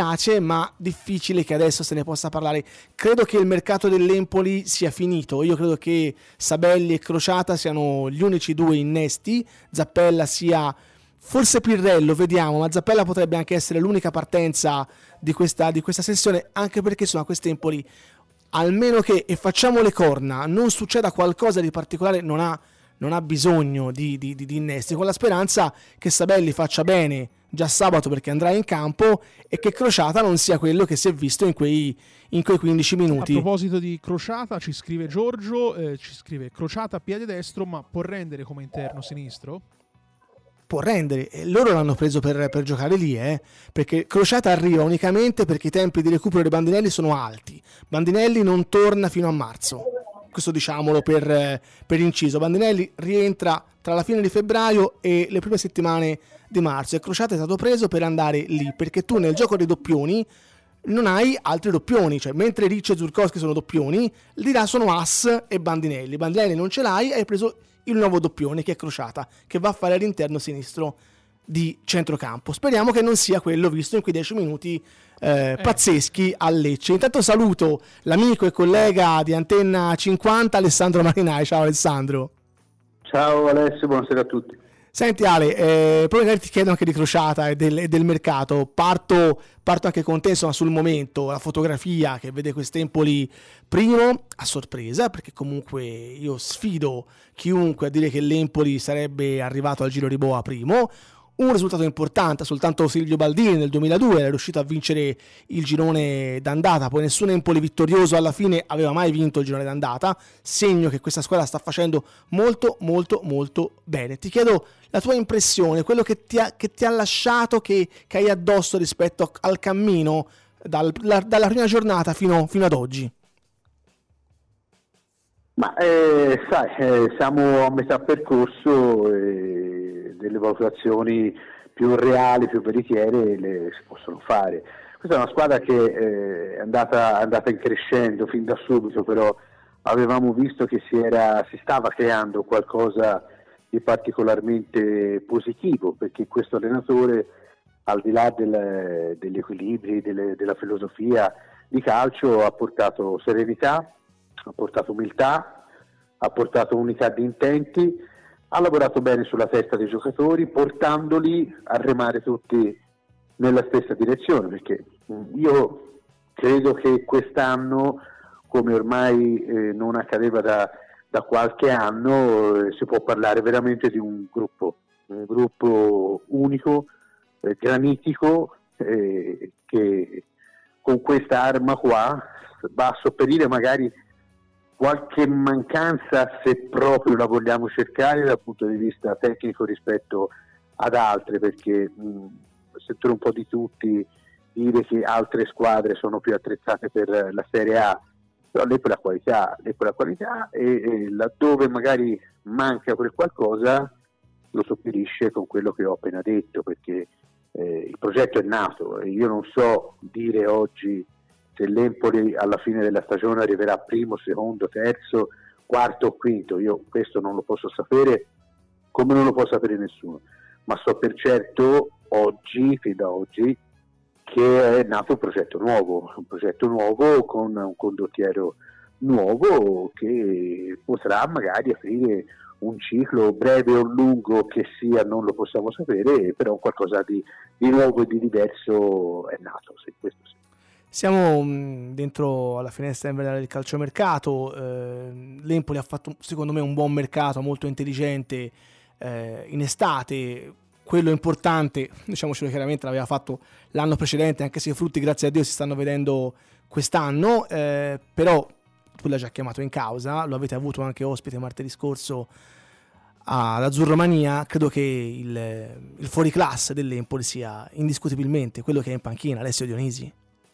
ma difficile che adesso se ne possa parlare. Credo che il mercato dell'Empoli sia finito. Io credo che Sabelli e Crociata siano gli unici due innesti. Zappella sia forse Pirrello, vediamo, ma Zappella potrebbe anche essere l'unica partenza di questa sessione, anche perché insomma quest'Empoli, almeno che, e facciamo le corna, non succeda qualcosa di particolare, non ha bisogno di innesti, con la speranza che Sabelli faccia bene già sabato perché andrà in campo e che Crociata non sia quello che si è visto in quei 15 minuti. A proposito di Crociata, ci scrive Giorgio, ci scrive: Crociata a piede destro, ma può rendere come interno sinistro? Può rendere, e loro l'hanno preso per giocare lì, perché Crociata arriva unicamente perché i tempi di recupero dei Bandinelli sono alti. Bandinelli non torna fino a marzo, questo diciamolo per inciso. Bandinelli rientra tra la fine di febbraio e le prime settimane di marzo, e Crociata è stato preso per andare lì, perché tu nel gioco dei doppioni non hai altri doppioni, cioè mentre Ricci e Zurkowski sono doppioni, lì là sono As e Bandinelli non ce l'hai, hai preso il nuovo doppione che è Crociata, che va a fare all'interno sinistro di centrocampo. Speriamo che non sia quello visto in quei 10 minuti pazzeschi a Lecce. Intanto saluto l'amico e collega di Antenna 50 Alessandro Marinai. Ciao Alessandro. Ciao Alessio, buonasera a tutti. Senti Ale, poi magari ti chiedo anche di Crociata e del mercato. Parto anche con te, insomma, sul momento, la fotografia che vede quest'Empoli primo a sorpresa, perché comunque io sfido chiunque a dire che l'Empoli sarebbe arrivato al Giro di Boa primo. Un risultato importante, soltanto Silvio Baldini nel 2002 era riuscito a vincere il girone d'andata, poi nessun Empoli vittorioso alla fine aveva mai vinto il girone d'andata, segno che questa squadra sta facendo molto molto molto bene. Ti chiedo la tua impressione, quello che ti ha lasciato, che hai addosso rispetto al cammino dalla prima giornata fino ad oggi. Ma sai, siamo a metà percorso e delle valutazioni più reali, più veritiere le si possono fare. Questa è una squadra che è andata in crescendo fin da subito, però avevamo visto che si stava creando qualcosa di particolarmente positivo, perché questo allenatore, al di là degli equilibri, della filosofia di calcio, ha portato serenità, ha portato umiltà, ha portato unità di intenti, ha lavorato bene sulla testa dei giocatori, portandoli a remare tutti nella stessa direzione, perché io credo che quest'anno, come ormai non accadeva da qualche anno, si può parlare veramente di un gruppo unico, granitico, che con questa arma qua va a sopperire magari qualche mancanza, se proprio la vogliamo cercare dal punto di vista tecnico rispetto ad altre, perché sento un po' di tutti dire che altre squadre sono più attrezzate per la Serie A, però lei per la qualità e laddove magari manca quel qualcosa lo sopperisce con quello che ho appena detto, perché il progetto è nato e io non so dire oggi se l'Empoli alla fine della stagione arriverà primo, secondo, terzo, quarto o quinto. Io questo non lo posso sapere, come non lo può sapere nessuno, ma so per certo fin da oggi, che è nato un progetto nuovo con un condottiero nuovo che potrà magari aprire un ciclo breve o lungo che sia, non lo possiamo sapere, però qualcosa di nuovo e di diverso è nato, sì, questo sì. Siamo dentro alla finestra invernale del calciomercato. L'Empoli ha fatto secondo me un buon mercato, molto intelligente in estate. Quello importante, diciamocelo chiaramente, l'aveva fatto l'anno precedente, anche se i frutti grazie a Dio si stanno vedendo quest'anno, però tu l'hai già chiamato in causa, lo avete avuto anche ospite martedì scorso ad Azzurromania. Credo che il fuoriclasse dell'Empoli sia indiscutibilmente quello che è in panchina, Alessio Dionisi.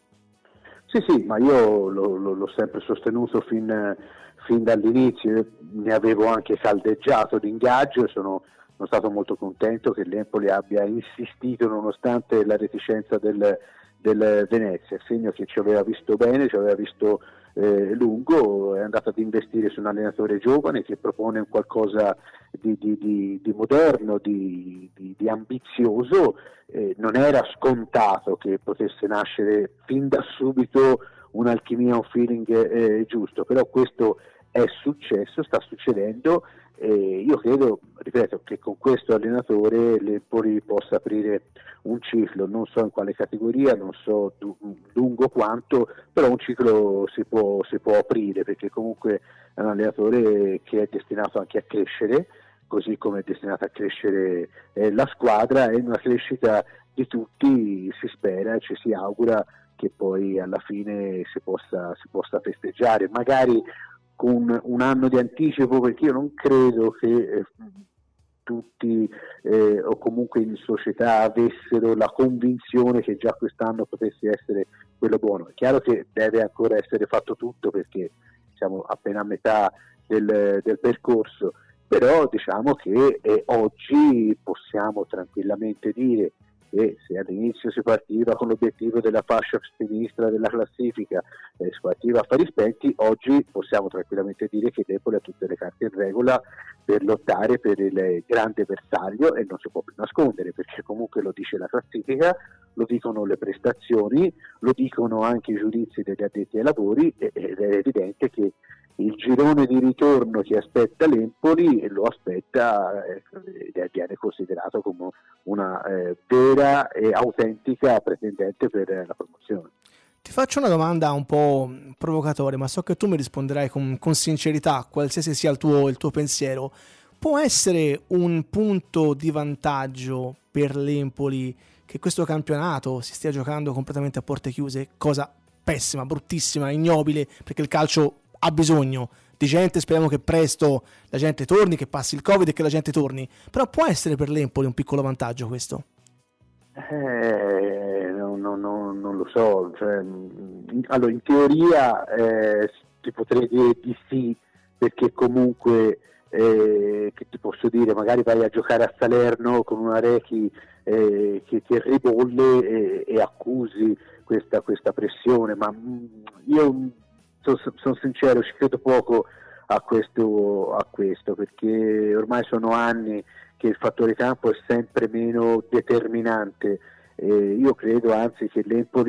Sì, ma io l'ho sempre sostenuto fin dall'inizio, ne avevo anche caldeggiato d'ingaggio e sono stato molto contento che l'Empoli abbia insistito nonostante la reticenza del Venezia, segno che ci aveva visto bene, ci aveva visto lungo, è andato ad investire su un allenatore giovane che propone un qualcosa di moderno, di ambizioso. Non era scontato che potesse nascere fin da subito un'alchimia, un feeling giusto, però questo è successo, sta succedendo, e io credo, ripeto, che con questo allenatore l'Empoli possa aprire un ciclo, non so in quale categoria, non so lungo quanto, però un ciclo si può aprire, perché comunque è un allenatore che è destinato anche a crescere, così come è destinata a crescere la squadra, e in una crescita di tutti si spera e ci si augura che poi alla fine si possa festeggiare, magari con un anno di anticipo, perché io non credo che tutti o comunque in società avessero la convinzione che già quest'anno potesse essere quello buono. È chiaro che deve ancora essere fatto tutto, perché siamo appena a metà del percorso, però diciamo che oggi possiamo tranquillamente dire che se all'inizio si partiva con l'obiettivo della fascia sinistra della classifica, si partiva a fari spenti, oggi possiamo tranquillamente dire che l'Empoli ha tutte le carte in regola per lottare per il grande bersaglio, e non si può più nascondere, perché comunque lo dice la classifica, lo dicono le prestazioni, lo dicono anche i giudizi degli addetti ai lavori, ed è evidente che il girone di ritorno che aspetta l'Empoli lo aspetta ed viene considerato come una vera e autentica pretendente per la promozione. Ti faccio una domanda un po' provocatoria, ma so che tu mi risponderai con sincerità, qualsiasi sia il tuo pensiero. Può essere un punto di vantaggio per l'Empoli che questo campionato si stia giocando completamente a porte chiuse? Cosa pessima, bruttissima, ignobile, perché il calcio ha bisogno di gente, speriamo che presto la gente torni, che passi il Covid e che la gente torni, però può essere per l'Empoli un piccolo vantaggio questo? Non lo so, allora in teoria ti potrei dire di sì, perché comunque che ti posso dire, magari vai a giocare a Salerno con una Rechi che ribolle e accusi questa pressione, ma io sono sincero, ci credo poco a questo, perché ormai sono anni che il fattore campo è sempre meno determinante. Io credo anzi che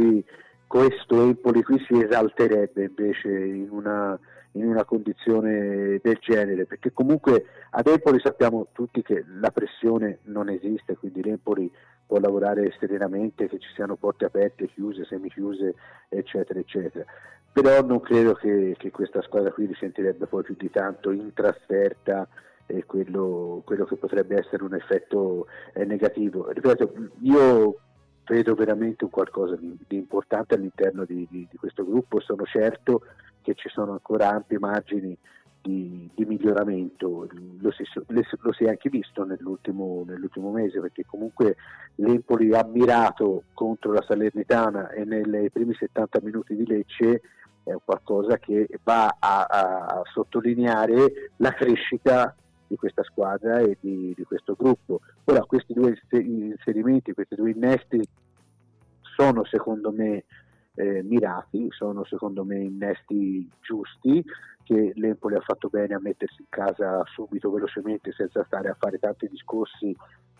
questo Empoli qui si esalterebbe invece in una condizione del genere, perché comunque ad Empoli sappiamo tutti che la pressione non esiste, quindi l'Empoli può lavorare serenamente, che ci siano porte aperte, chiuse, semichiuse, eccetera eccetera, però non credo che questa squadra qui risentirebbe poi più di tanto in trasferta quello che potrebbe essere un effetto negativo. Ripeto, io vedo veramente un qualcosa di importante all'interno di questo gruppo, sono certo che ci sono ancora ampi margini di miglioramento, lo si è anche visto nell'ultimo mese, perché comunque l'Empoli ha mirato contro la Salernitana e nei primi 70 minuti di Lecce è qualcosa che va a sottolineare la crescita di questa squadra e di questo gruppo. Ora questi due inserimenti, questi due innesti sono secondo me mirati, sono secondo me innesti giusti, che l'Empoli ha fatto bene a mettersi in casa subito, velocemente, senza stare a fare tanti discorsi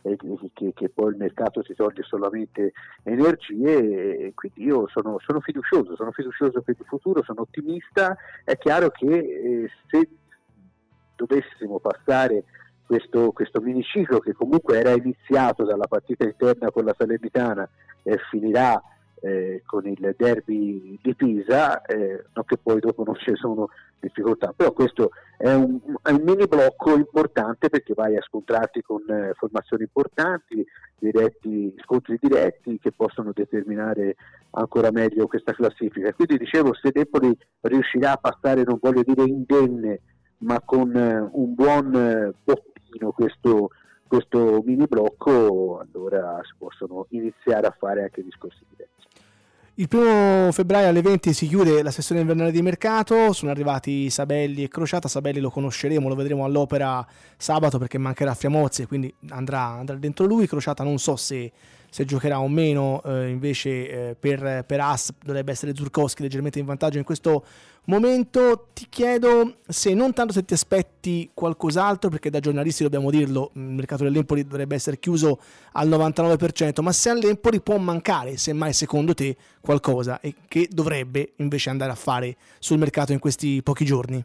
che poi il mercato ti toglie solamente energie, e quindi io sono fiducioso per il futuro, sono ottimista. È chiaro che se dovessimo passare questo miniciclo, che comunque era iniziato dalla partita interna con la Salernitana e finirà con il derby di Pisa, non che poi dopo non ci sono difficoltà, però questo è un mini blocco importante, perché vai a scontrarti con formazioni importanti, scontri diretti che possono determinare ancora meglio questa classifica. Quindi dicevo, se l'Empoli riuscirà a passare, non voglio dire indenne, ma con un buon bottino questo mini blocco, allora si possono iniziare a fare anche discorsi diversi. Il 1 febbraio alle 20 si chiude la sessione invernale di mercato, sono arrivati Sabelli e Crociata. Sabelli lo conosceremo, lo vedremo all'Opera sabato perché mancherà Fiamozzi, quindi andrà dentro lui. Crociata non so se giocherà o meno, invece per As dovrebbe essere Zurkowski leggermente in vantaggio in questo momento. Ti chiedo non tanto se ti aspetti qualcos'altro, perché da giornalisti dobbiamo dirlo, il mercato dell'Empoli dovrebbe essere chiuso al 99%, ma se all'Empoli può mancare, semmai secondo te, qualcosa e che dovrebbe invece andare a fare sul mercato in questi pochi giorni.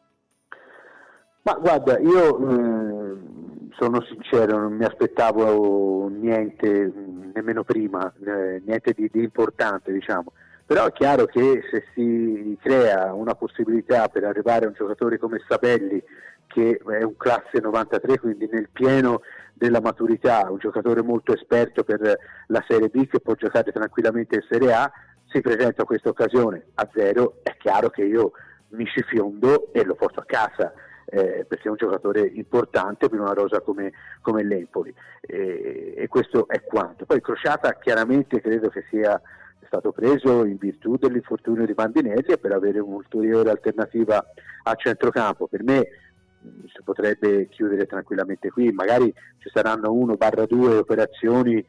Ma guarda, io sono sincero, non mi aspettavo niente, nemmeno prima, niente di importante, diciamo. Però è chiaro che se si crea una possibilità per arrivare a un giocatore come Sabelli, che è un classe 93, quindi nel pieno della maturità, un giocatore molto esperto per la Serie B che può giocare tranquillamente in Serie A, si presenta questa occasione a zero, è chiaro che io mi ci fiondo e lo porto a casa. Perché è un giocatore importante per una rosa come l'Empoli, e questo è quanto. Poi Crociata chiaramente credo che sia stato preso in virtù dell'infortunio di Bandinelli e per avere un'ulteriore alternativa a centrocampo. Per me si potrebbe chiudere tranquillamente qui, magari ci saranno 1/2 operazioni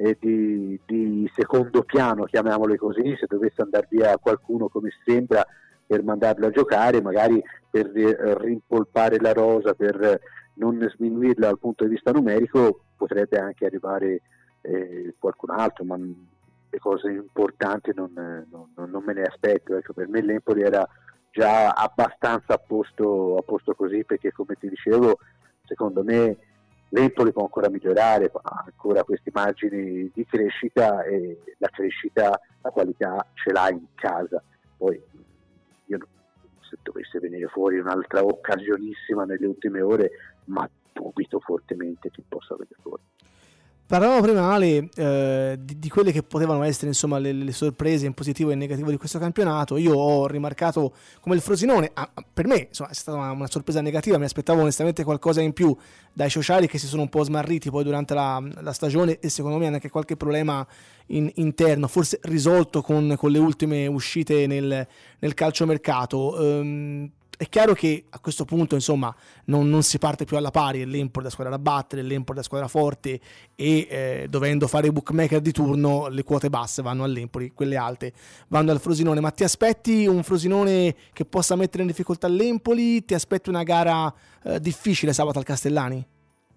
di secondo piano, chiamiamole così, se dovesse andare via qualcuno come sembra, per mandarlo a giocare, magari per rimpolpare la rosa, per non sminuirla dal punto di vista numerico, potrebbe anche arrivare qualcun altro, ma le cose importanti non me ne aspetto. Ecco, per me l'Empoli era già abbastanza a posto così, perché come ti dicevo, secondo me l'Empoli può ancora migliorare, ha ancora questi margini di crescita, e la crescita, la qualità ce l'ha in casa. Poi io, se dovesse venire fuori un'altra occasionissima nelle ultime ore, ma dubito fortemente che possa venire fuori. Parlavamo prima, Ale, di quelle che potevano essere, insomma, le sorprese in positivo e in negativo di questo campionato. Io ho rimarcato come il Frosinone, per me, insomma, è stata una sorpresa negativa. Mi aspettavo onestamente qualcosa in più dai sociali, che si sono un po' smarriti poi durante la stagione, e secondo me anche qualche problema interno, forse risolto con le ultime uscite nel calciomercato. È chiaro che a questo punto, insomma, non si parte più alla pari, è l'Empoli da squadra da battere, l'Empoli da squadra forte, e dovendo fare i bookmaker di turno, le quote basse vanno all'Empoli, quelle alte vanno al Frosinone. Ma ti aspetti un Frosinone che possa mettere in difficoltà l'Empoli? Ti aspetti una gara difficile sabato al Castellani?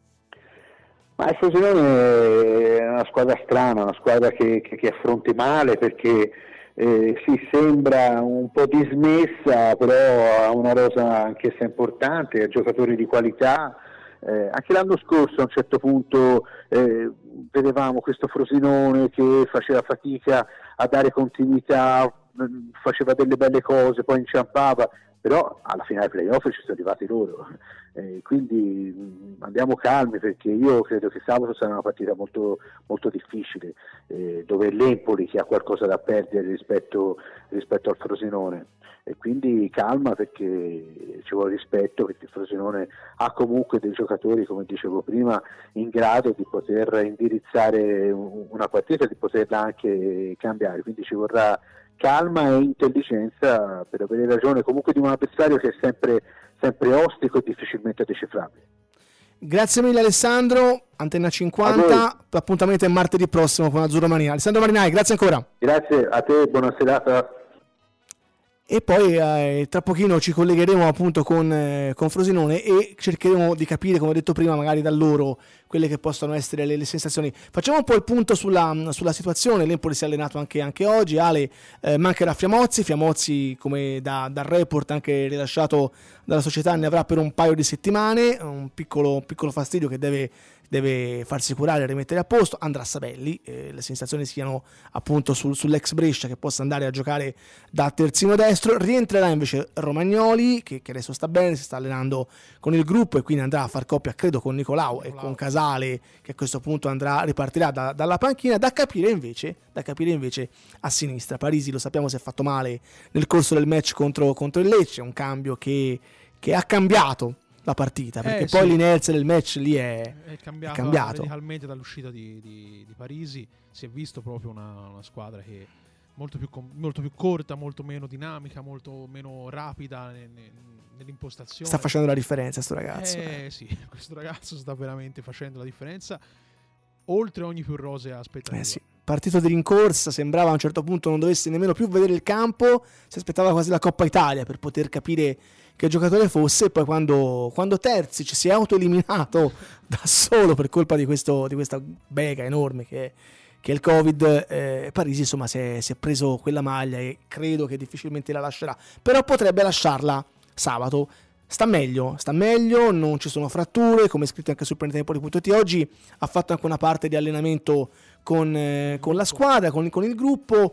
Ma il Frosinone è una squadra strana, una squadra che affronti male, perché si sembra un po' dismessa, però ha una rosa anch'essa importante, ha giocatori di qualità. Anche l'anno scorso a un certo punto vedevamo questo Frosinone che faceva fatica a dare continuità, faceva delle belle cose, poi inciampava, però alla finale dei playoff ci sono arrivati loro, quindi andiamo calmi, perché io credo che sabato sarà una partita molto, molto difficile, dove l'Empoli che ha qualcosa da perdere rispetto al Frosinone, e quindi calma, perché ci vuole rispetto, perché il Frosinone ha comunque dei giocatori, come dicevo prima, in grado di poter indirizzare una partita, di poterla anche cambiare, quindi ci vorrà calma e intelligenza per avere ragione comunque di un avversario che è sempre ostico e difficilmente decifrabile. Grazie mille Alessandro, Antenna 50, appuntamento è martedì prossimo con Azzurro Marina. Alessandro Marinai, grazie ancora. Grazie a te, buona serata. E poi tra pochino ci collegheremo appunto con Frosinone e cercheremo di capire, come ho detto prima, magari da loro quelle che possono essere le sensazioni. Facciamo un po' il punto sulla situazione. L'Empoli si è allenato anche oggi. Ale, mancherà Fiamozzi, come dal report anche rilasciato dalla società, ne avrà per un paio di settimane, un piccolo fastidio che deve deve farsi curare e rimettere a posto. Andrà Sabelli, le sensazioni siano appunto sull'ex Brescia, che possa andare a giocare da terzino destro. Rientrerà invece Romagnoli, che adesso sta bene, si sta allenando con il gruppo e quindi andrà a far coppia credo con Nicolau e con Casale, che a questo punto ripartirà dalla panchina. Da capire invece a sinistra. Parisi, lo sappiamo, si è fatto male nel corso del match contro il Lecce, un cambio che ha cambiato la partita, perché poi l'inerzia del match lì è cambiato radicalmente dall'uscita di Parisi. Si è visto proprio una squadra che molto più corta, molto meno dinamica, molto meno rapida nell'impostazione. Sta facendo la differenza sto ragazzo. Sì, questo ragazzo sta veramente facendo la differenza oltre ogni più rosea aspettativa. Sì. Partito di rincorsa, sembrava a un certo punto non dovesse nemmeno più vedere il campo, si aspettava quasi la Coppa Italia per poter capire che giocatore fosse. E poi quando Terzic si è autoeliminato da solo per colpa di questa bega enorme che è il Covid, Parisi insomma si è preso quella maglia e credo che difficilmente la lascerà, però potrebbe lasciarla sabato. Sta meglio, non ci sono fratture, come scritto anche sul Prendetempoli.it. Oggi ha fatto anche una parte di allenamento con la squadra, con il gruppo.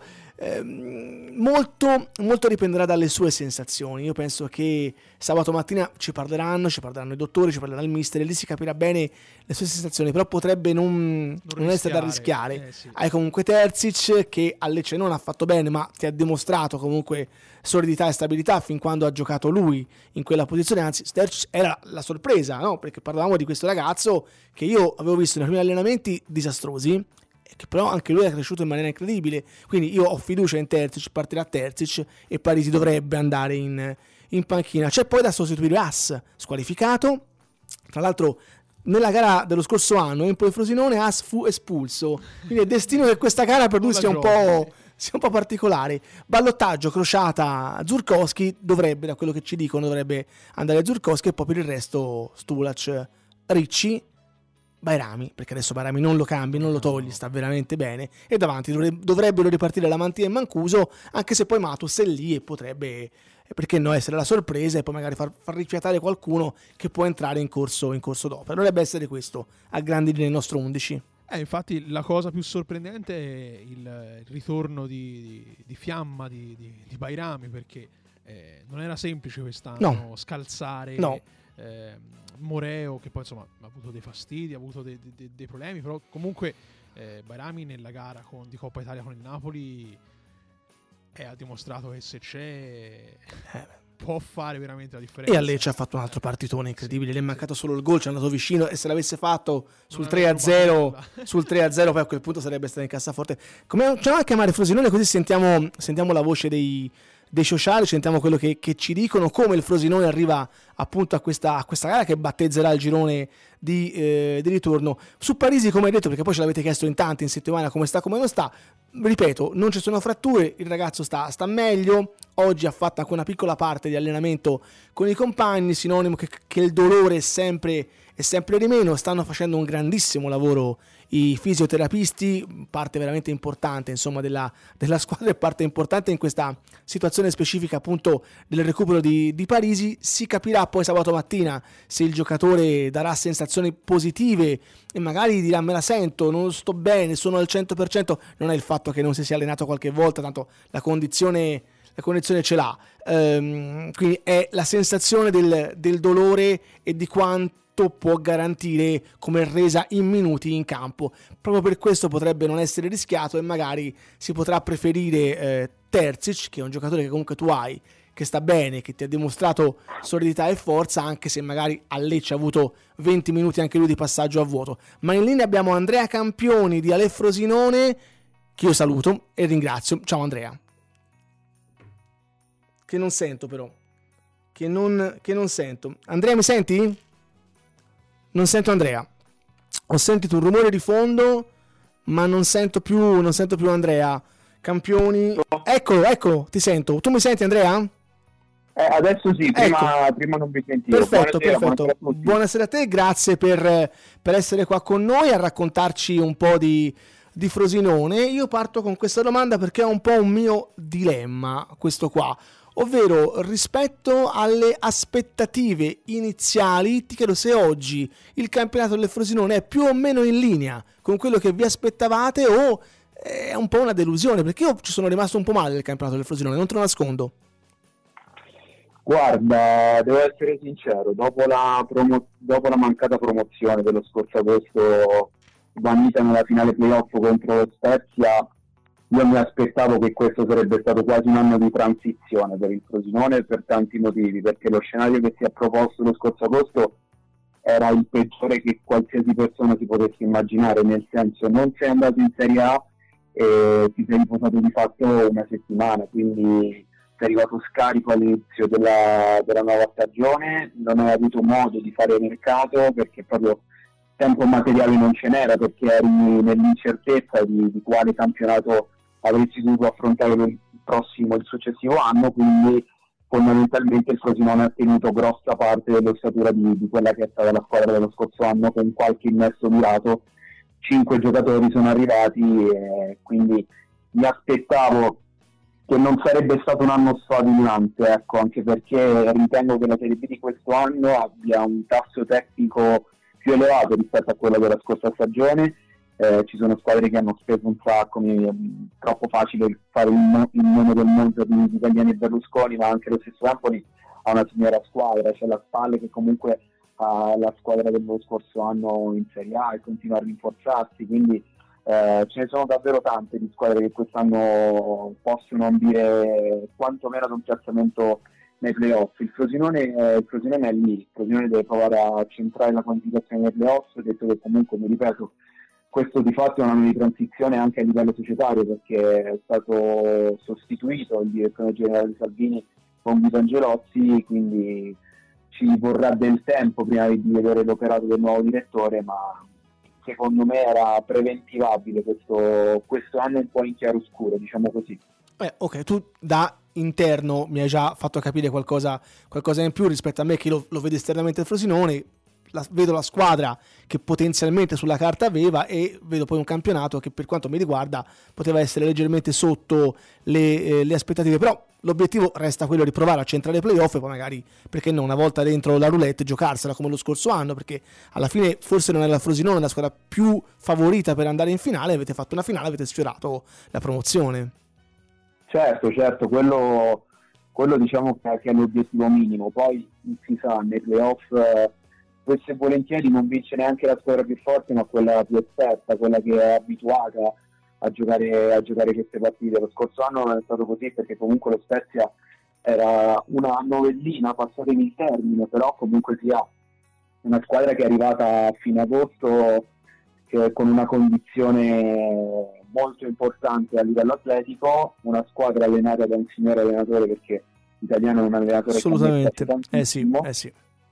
Molto, molto dipenderà dalle sue sensazioni. Io penso che sabato mattina ci parleranno i dottori, ci parlerà il mister e lì si capirà bene le sue sensazioni, però potrebbe non essere da rischiare. Sì. Hai comunque Terzic, che a Lecce non ha fatto bene, ma ti ha dimostrato comunque solidità e stabilità fin quando ha giocato lui in quella posizione. Anzi, Terzic era la sorpresa, no? Perché parlavamo di questo ragazzo che io avevo visto nei primi allenamenti disastrosi, che però anche lui è cresciuto in maniera incredibile. Quindi io ho fiducia in Terzic, partirà Terzic e Parisi dovrebbe andare in panchina. C'è poi da sostituire As, squalificato. Tra l'altro nella gara dello scorso anno Empoli Frosinone As fu espulso, quindi è destino che questa gara per lui sia un po' particolare. Ballottaggio, crociata, Zurkowski, da quello che ci dicono dovrebbe andare Zurkowski, e poi per il resto Stulac, Ricci, Bairami, perché adesso Bairami non lo cambi, non lo togli, sta veramente bene, e davanti dovrebbero ripartire la Mantia e Mancuso, anche se poi Matus è lì e potrebbe, perché no, essere la sorpresa e poi magari far rifiatare qualcuno che può entrare in corso d'opera. Dovrebbe essere questo a grandi linee il nostro 11. Infatti la cosa più sorprendente è il ritorno di fiamma di Bairami, perché non era semplice quest'anno scalzare Moreo, che poi insomma ha avuto dei fastidi, ha avuto dei problemi, però comunque Bairami nella gara di Coppa Italia con il Napoli ha dimostrato che se c'è può fare veramente la differenza. E a Lecce ha fatto un altro partitone incredibile, gli è mancato solo il gol, ci è andato vicino, e se l'avesse fatto sul 3-0 poi a quel punto sarebbe stato in cassaforte. Come c'è a chiamare Frosinone, così sentiamo la voce dei sociali, sentiamo quello che ci dicono, come il Frosinone arriva appunto a questa gara che battezzerà il girone di ritorno. Su Parisi, come hai detto, perché poi ce l'avete chiesto in tanti in settimana come sta, come non sta, ripeto, non ci sono fratture, il ragazzo sta meglio. Oggi ha fatto anche una piccola parte di allenamento con i compagni, sinonimo che il dolore è sempre di meno. Stanno facendo un grandissimo lavoro i fisioterapisti, parte veramente importante insomma della squadra, e parte importante in questa situazione specifica appunto del recupero di Parisi. Si capirà poi sabato mattina se il giocatore darà sensazioni positive e magari dirà: me la sento, non sto bene, sono al 100%. Non è il fatto che non si sia allenato qualche volta, tanto la condizione ce l'ha, quindi è la sensazione del dolore e di quanto può garantire come resa in minuti in campo. Proprio per questo potrebbe non essere rischiato e magari si potrà preferire Terzic, che è un giocatore che comunque tu hai, che sta bene, che ti ha dimostrato solidità e forza, anche se magari a Lecce ha avuto 20 minuti anche lui di passaggio a vuoto. Ma in linea abbiamo Andrea Campioni di Ale Frosinone, che io saluto e ringrazio. Ciao Andrea. Che non sento però. Che non sento. Andrea, mi senti? Non sento Andrea. Ho sentito un rumore di fondo, ma non sento più Andrea. Campioni. Ecco, ti sento. Tu mi senti, Andrea? Adesso sì, prima non mi sentivo. Perfetto. Buonasera a te, grazie per essere qua con noi a raccontarci un po' di Frosinone. Io parto con questa domanda perché è un po' un mio dilemma, questo qua. ovvero rispetto alle aspettative iniziali. Ti chiedo se oggi il campionato del Frosinone è più o meno in linea con quello che vi aspettavate o è un po' una delusione, perché io ci sono rimasto un po' male del campionato del Frosinone, non te lo nascondo. Guarda, devo essere sincero, dopo la mancata promozione dello scorso agosto, vanita nella finale playoff contro lo Spezia, io mi aspettavo che questo sarebbe stato quasi un anno di transizione per il Frosinone per tanti motivi, perché lo scenario che si è proposto lo scorso agosto era il peggiore che qualsiasi persona si potesse immaginare, nel senso non sei andato in Serie A e ti sei riposato di fatto una settimana, quindi sei arrivato scarico all'inizio della nuova stagione, non hai avuto modo di fare mercato perché proprio tempo materiale non ce n'era, perché eri nell'incertezza di quale campionato avresti dovuto affrontare il successivo anno, quindi fondamentalmente il Frosinone ha tenuto grossa parte dell'ossatura di quella che è stata la squadra dello scorso anno, con qualche innesto mirato. 5 giocatori sono arrivati e quindi mi aspettavo che non sarebbe stato un anno strabiliante, ecco, anche perché ritengo che la Serie B di questo anno abbia un tasso tecnico più elevato rispetto a quello della scorsa stagione. Ci sono squadre che hanno speso un sacco, è troppo facile fare il nome del mondo di Italiani e Berlusconi, ma anche lo stesso Empoli ha una signora squadra, c'è la Spalle che comunque ha la squadra dello scorso anno in Serie A e continua a rinforzarsi, quindi ce ne sono davvero tante di squadre che quest'anno possono ambire quantomeno ad un piazzamento nei playoff. Il Frosinone è lì, il Frosinone deve provare a centrare la qualificazione nei playoff, detto che comunque, mi ripeto, questo di fatto è un anno di transizione anche a livello societario, perché è stato sostituito il direttore generale di Salvini con Guido Angelozzi, quindi ci vorrà del tempo prima di vedere l'operato del nuovo direttore, ma secondo me era preventivabile questo anno un po' in chiaroscuro, diciamo così. Ok, tu da interno mi hai già fatto capire qualcosa in più rispetto a me che lo vede esternamente il Frosinone. Vedo la squadra che potenzialmente sulla carta aveva e vedo poi un campionato che per quanto mi riguarda poteva essere leggermente sotto le aspettative, però l'obiettivo resta quello di provare a centrare i playoff e poi magari, perché no, una volta dentro la roulette giocarsela come lo scorso anno, perché alla fine forse non è la Frosinone la squadra più favorita per andare in finale, avete fatto una finale, avete sfiorato la promozione. Certo, quello diciamo che è l'obiettivo minimo, poi si sa, nei playoff spesso e volentieri non vince neanche la squadra più forte, ma quella più esperta, quella che è abituata a giocare queste partite. Lo scorso anno non è stato così, perché comunque lo Spezia era una novellina, passatemi il termine, però comunque sia una squadra che è arrivata a fine agosto con una condizione molto importante a livello atletico, una squadra allenata da un signore allenatore, perché l'italiano è un allenatore assolutamente che sì.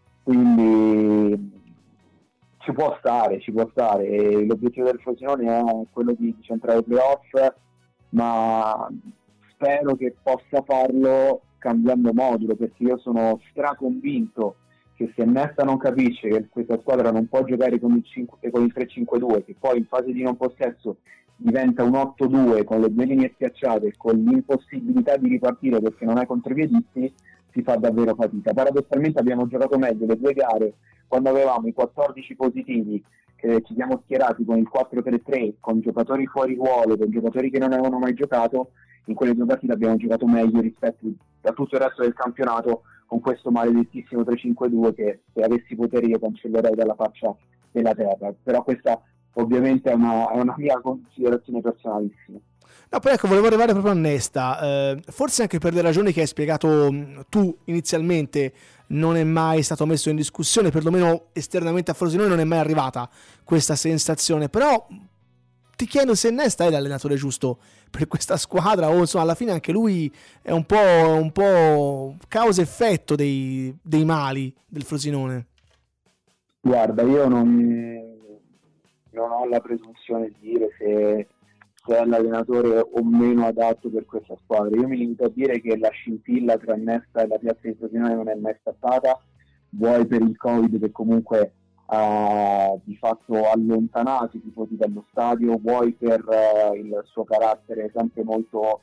Quindi ci può stare, e l'obiettivo del Frosinone è quello di centrare i playoff, ma spero che possa farlo cambiando modulo, perché io sono straconvinto che se Nesta non capisce che questa squadra non può giocare con il 3-5-2, che poi in fase di non possesso diventa un 8-2 con le due linee schiacciate, con l'impossibilità di ripartire perché non hai contropiedisti, si fa davvero fatica. Paradossalmente abbiamo giocato meglio le due gare quando avevamo i 14 positivi, che ci siamo schierati con il 4-3-3, con giocatori fuori ruolo, con giocatori che non avevano mai giocato. In quelle due partite abbiamo giocato meglio rispetto a tutto il resto del campionato, con questo maledettissimo 3-5-2 che se avessi poteri io cancellerei dalla faccia della terra. Però questa ovviamente è una mia considerazione personalissima. No, poi ecco, volevo arrivare proprio a Nesta, forse anche per le ragioni che hai spiegato tu inizialmente non è mai stato messo in discussione, perlomeno esternamente a Frosinone non è mai arrivata questa sensazione, però ti chiedo se Nesta è l'allenatore giusto per questa squadra o insomma alla fine anche lui è un po' causa-effetto dei mali del Frosinone. Guarda, io non ho la presunzione di dire se è l'allenatore o meno adatto per questa squadra. Io mi limito a dire che la scintilla tra Nesta e la piazza di Frosinone non è mai scattata, vuoi per il Covid che comunque ha di fatto allontanato i tifosi dallo stadio, vuoi per il suo carattere sempre molto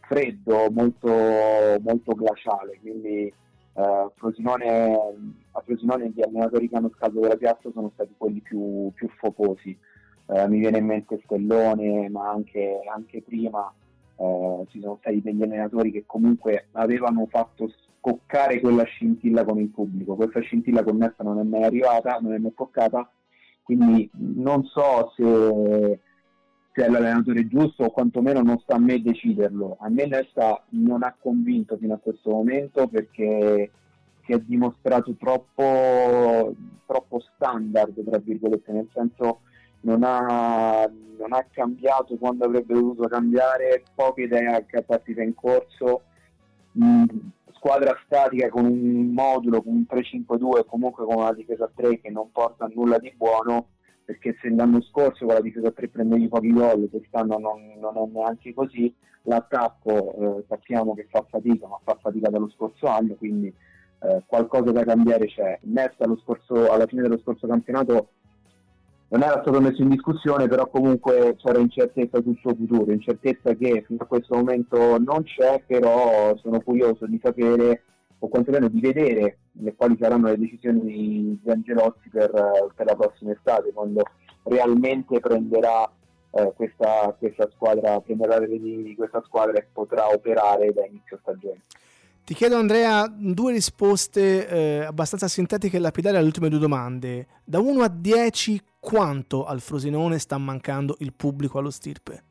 freddo, molto glaciale, quindi a Frosinone gli allenatori che hanno scaldato della piazza sono stati quelli più focosi. Mi viene in mente Stellone, ma anche prima ci sono stati degli allenatori che comunque avevano fatto scoccare quella scintilla con il pubblico. Questa scintilla con Nesta non è mai arrivata, non è mai scoccata, quindi non so se è l'allenatore giusto o quantomeno non sta a me deciderlo. A me Nesta non ha convinto fino a questo momento, perché si è dimostrato troppo standard, tra virgolette, nel senso non ha cambiato quando avrebbe dovuto cambiare, poche idee a partita in corso, squadra statica con un modulo, con un 3-5-2 e comunque con una difesa a 3 che non porta a nulla di buono, perché se l'anno scorso con la difesa a 3 prendevi pochi gol, quest'anno non è neanche così. L'attacco sappiamo che fa fatica, ma fa fatica dallo scorso anno, quindi qualcosa da cambiare c'è. Nesta alla fine dello scorso campionato non era stato messo in discussione, però comunque c'era incertezza sul suo futuro, incertezza che fino a questo momento non c'è, però sono curioso di sapere, o quantomeno di vedere, quali saranno le decisioni di Angelotti per la prossima estate, quando realmente prenderà questa squadra, prenderà le redini di questa squadra e potrà operare da inizio stagione. Ti chiedo, Andrea, 2 risposte abbastanza sintetiche e lapidarie alle ultime 2 domande. Da 1 a 10, quanto al Frosinone sta mancando il pubblico allo Stirpe?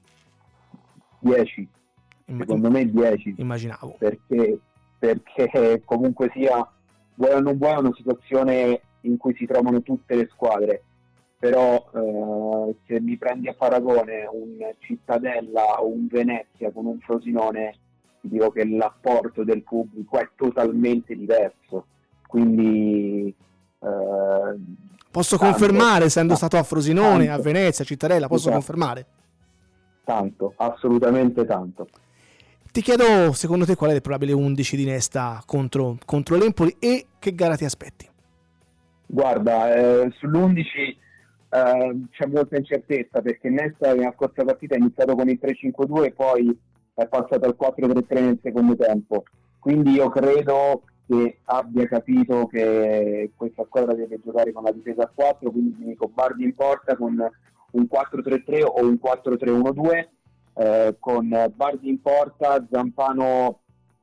10. Secondo me 10. Immaginavo. Perché comunque sia, vuoi o non vuoi, è una situazione in cui si trovano tutte le squadre. Però se mi prendi a paragone un Cittadella o un Venezia con un Frosinone, dico che l'apporto del pubblico è totalmente diverso, quindi posso confermare, essendo stato a Frosinone, a Venezia, a Cittadella, posso confermare? Tanto, assolutamente tanto. Ti chiedo, secondo te, qual è il probabile 11 di Nesta contro l'Empoli e che gara ti aspetti? Guarda, sull'11 c'è molta incertezza, perché Nesta nella scorsa partita ha iniziato con il 3-5-2 e poi è passato al 4-3-3 nel secondo tempo, quindi io credo che abbia capito che questa squadra deve giocare con la difesa a 4, quindi ti dico Bardi in porta con un 4-3-3 o un 4-3-1-2, con Bardi in porta, Zampano,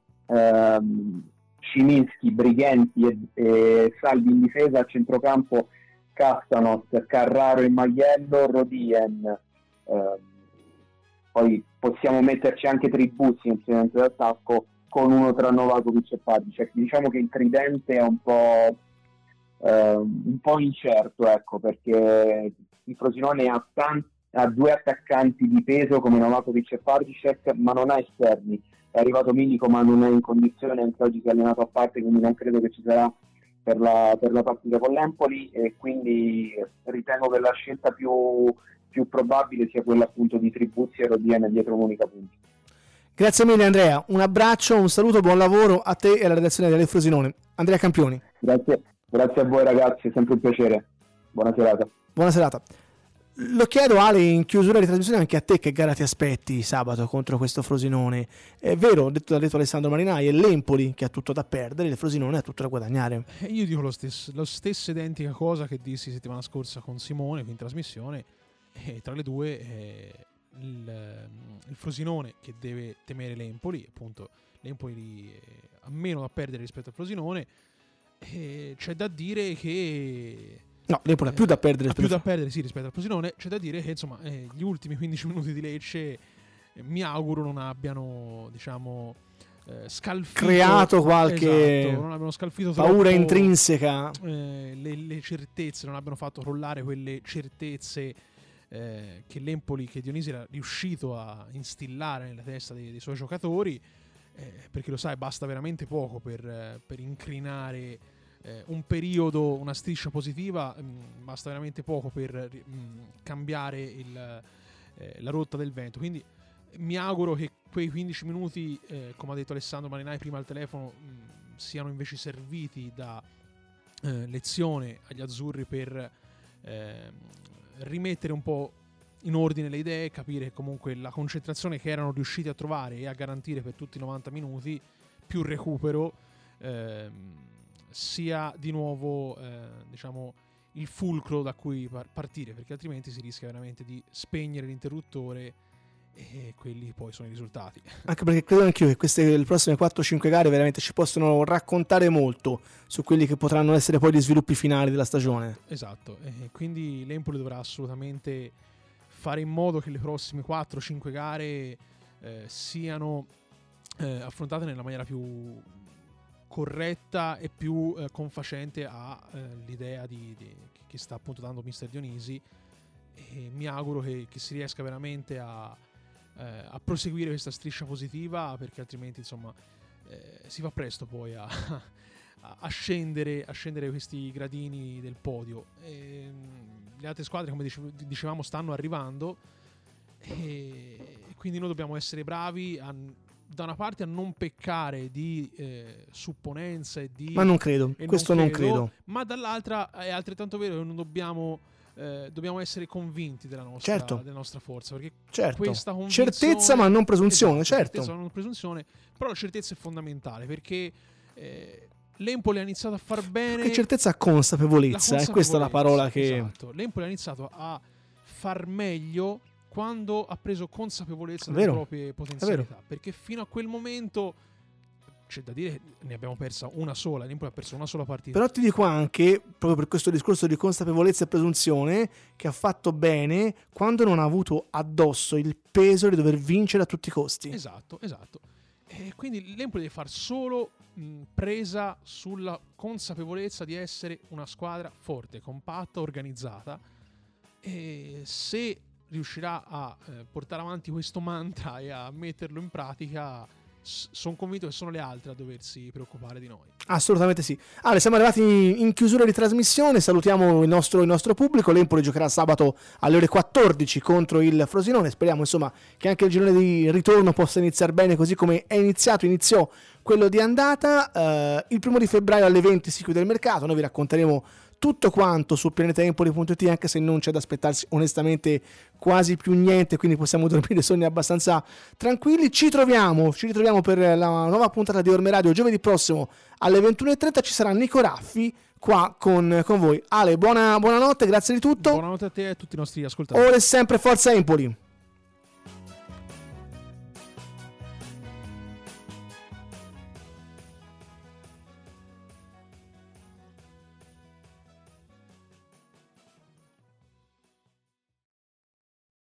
Szymiński, Brighenti e Salvi in difesa, a centrocampo Castanos, Carraro e Maiello, Rodien, poi possiamo metterci anche Tribuzzi in segmento d'attacco, con uno tra Novakovic e Padicek. Diciamo che il tridente è un po' incerto, ecco, perché il Frosinone ha 2 attaccanti di peso come Novakovic e Padicek, ma non ha esterni. È arrivato Milico, ma non è in condizione, anche oggi si è allenato a parte, quindi non credo che ci sarà per la partita con l'Empoli, e quindi ritengo che la scelta più probabile sia quella appunto di Tribuzzi e Rodien dietro un'unica punta. Grazie mille, Andrea, un abbraccio, un saluto, buon lavoro a te e alla redazione delle Frosinone. Andrea Campioni. Grazie a voi ragazzi, è sempre un piacere. Buona serata. Lo chiedo, Ale, in chiusura di trasmissione, anche a te, che gara ti aspetti sabato contro questo Frosinone? È vero, ha detto Alessandro Marinai, è l'Empoli che ha tutto da perdere, il Frosinone ha tutto da guadagnare. Io dico la stessa identica cosa che dissi settimana scorsa con Simone in trasmissione, e tra le due il Frosinone che deve temere l'Empoli, appunto l'Empoli ha meno da perdere rispetto al Frosinone, e c'è da dire che no, l'Empoli ha più da perdere rispetto al Frosinone. C'è da dire che insomma gli ultimi 15 minuti di Lecce mi auguro non abbiano, diciamo, scalfito, creato qualche non abbiano scalfito paura troppo, intrinseca, le certezze, non abbiano fatto crollare quelle certezze che l'Empoli, che Dionisi era riuscito a instillare nella testa dei suoi giocatori, perché lo sai, basta veramente poco per incrinare un periodo, una striscia positiva, basta veramente poco per cambiare la rotta del vento. Quindi mi auguro che quei 15 minuti, come ha detto Alessandro Marinai prima al telefono, siano invece serviti da lezione agli azzurri per rimettere un po' in ordine le idee, capire comunque la concentrazione che erano riusciti a trovare e a garantire per tutti i 90 minuti, più recupero, sia di nuovo diciamo il fulcro da cui partire, perché altrimenti si rischia veramente di spegnere l'interruttore e quelli poi sono i risultati. Anche perché credo anch'io che le prossime 4-5 gare veramente ci possono raccontare molto su quelli che potranno essere poi gli sviluppi finali della stagione. Esatto, quindi l'Empoli dovrà assolutamente fare in modo che le prossime 4-5 gare siano affrontate nella maniera più corretta e più confacente all'idea che sta appunto dando Mister Dionisi, e mi auguro che si riesca veramente a proseguire questa striscia positiva, perché altrimenti insomma si va presto poi a scendere questi gradini del podio. Le altre squadre, come dicevamo, stanno arrivando, e quindi noi dobbiamo essere bravi da una parte a non peccare di supponenza e di... Ma non credo, questo non credo. Ma dall'altra è altrettanto vero che non dobbiamo essere convinti della nostra forza, perché questa convinzione, certezza ma non presunzione, esatto, certo. Certezza ma non presunzione, però la certezza è fondamentale, perché l'Empoli ha iniziato a far bene. Che certezza, consapevolezza, è questa la parola che... Esatto. L'Empoli ha iniziato a far meglio quando ha preso consapevolezza delle proprie potenzialità, perché fino a quel momento, c'è da dire, ne abbiamo persa una sola. L'Empoli ha perso una sola partita. Però ti dico anche, proprio per questo discorso di consapevolezza e presunzione, che ha fatto bene quando non ha avuto addosso il peso di dover vincere a tutti i costi. Esatto. E quindi l'Empoli deve far solo presa sulla consapevolezza di essere una squadra forte, compatta, organizzata, e se riuscirà a portare avanti questo mantra e a metterlo in pratica, sono convinto che sono le altre a doversi preoccupare di noi. Assolutamente sì. Ale, siamo arrivati in chiusura di trasmissione, salutiamo il nostro pubblico. L'Empoli giocherà sabato alle ore 14 contro il Frosinone. Speriamo insomma che anche il girone di ritorno possa iniziare bene, così come iniziò quello di andata. Il 1 febbraio alle 20 si chiude il mercato, noi vi racconteremo tutto quanto su pianetaempoli.it, anche se non c'è da aspettarsi onestamente quasi più niente, quindi possiamo dormire sonni abbastanza tranquilli. Ci ritroviamo per la nuova puntata di Orme Radio giovedì prossimo alle 21:30. Ci sarà Nico Raffi qua con voi. Ale, buonanotte, grazie di tutto. Buonanotte a te e a tutti i nostri ascoltatori. Ora è sempre Forza Empoli.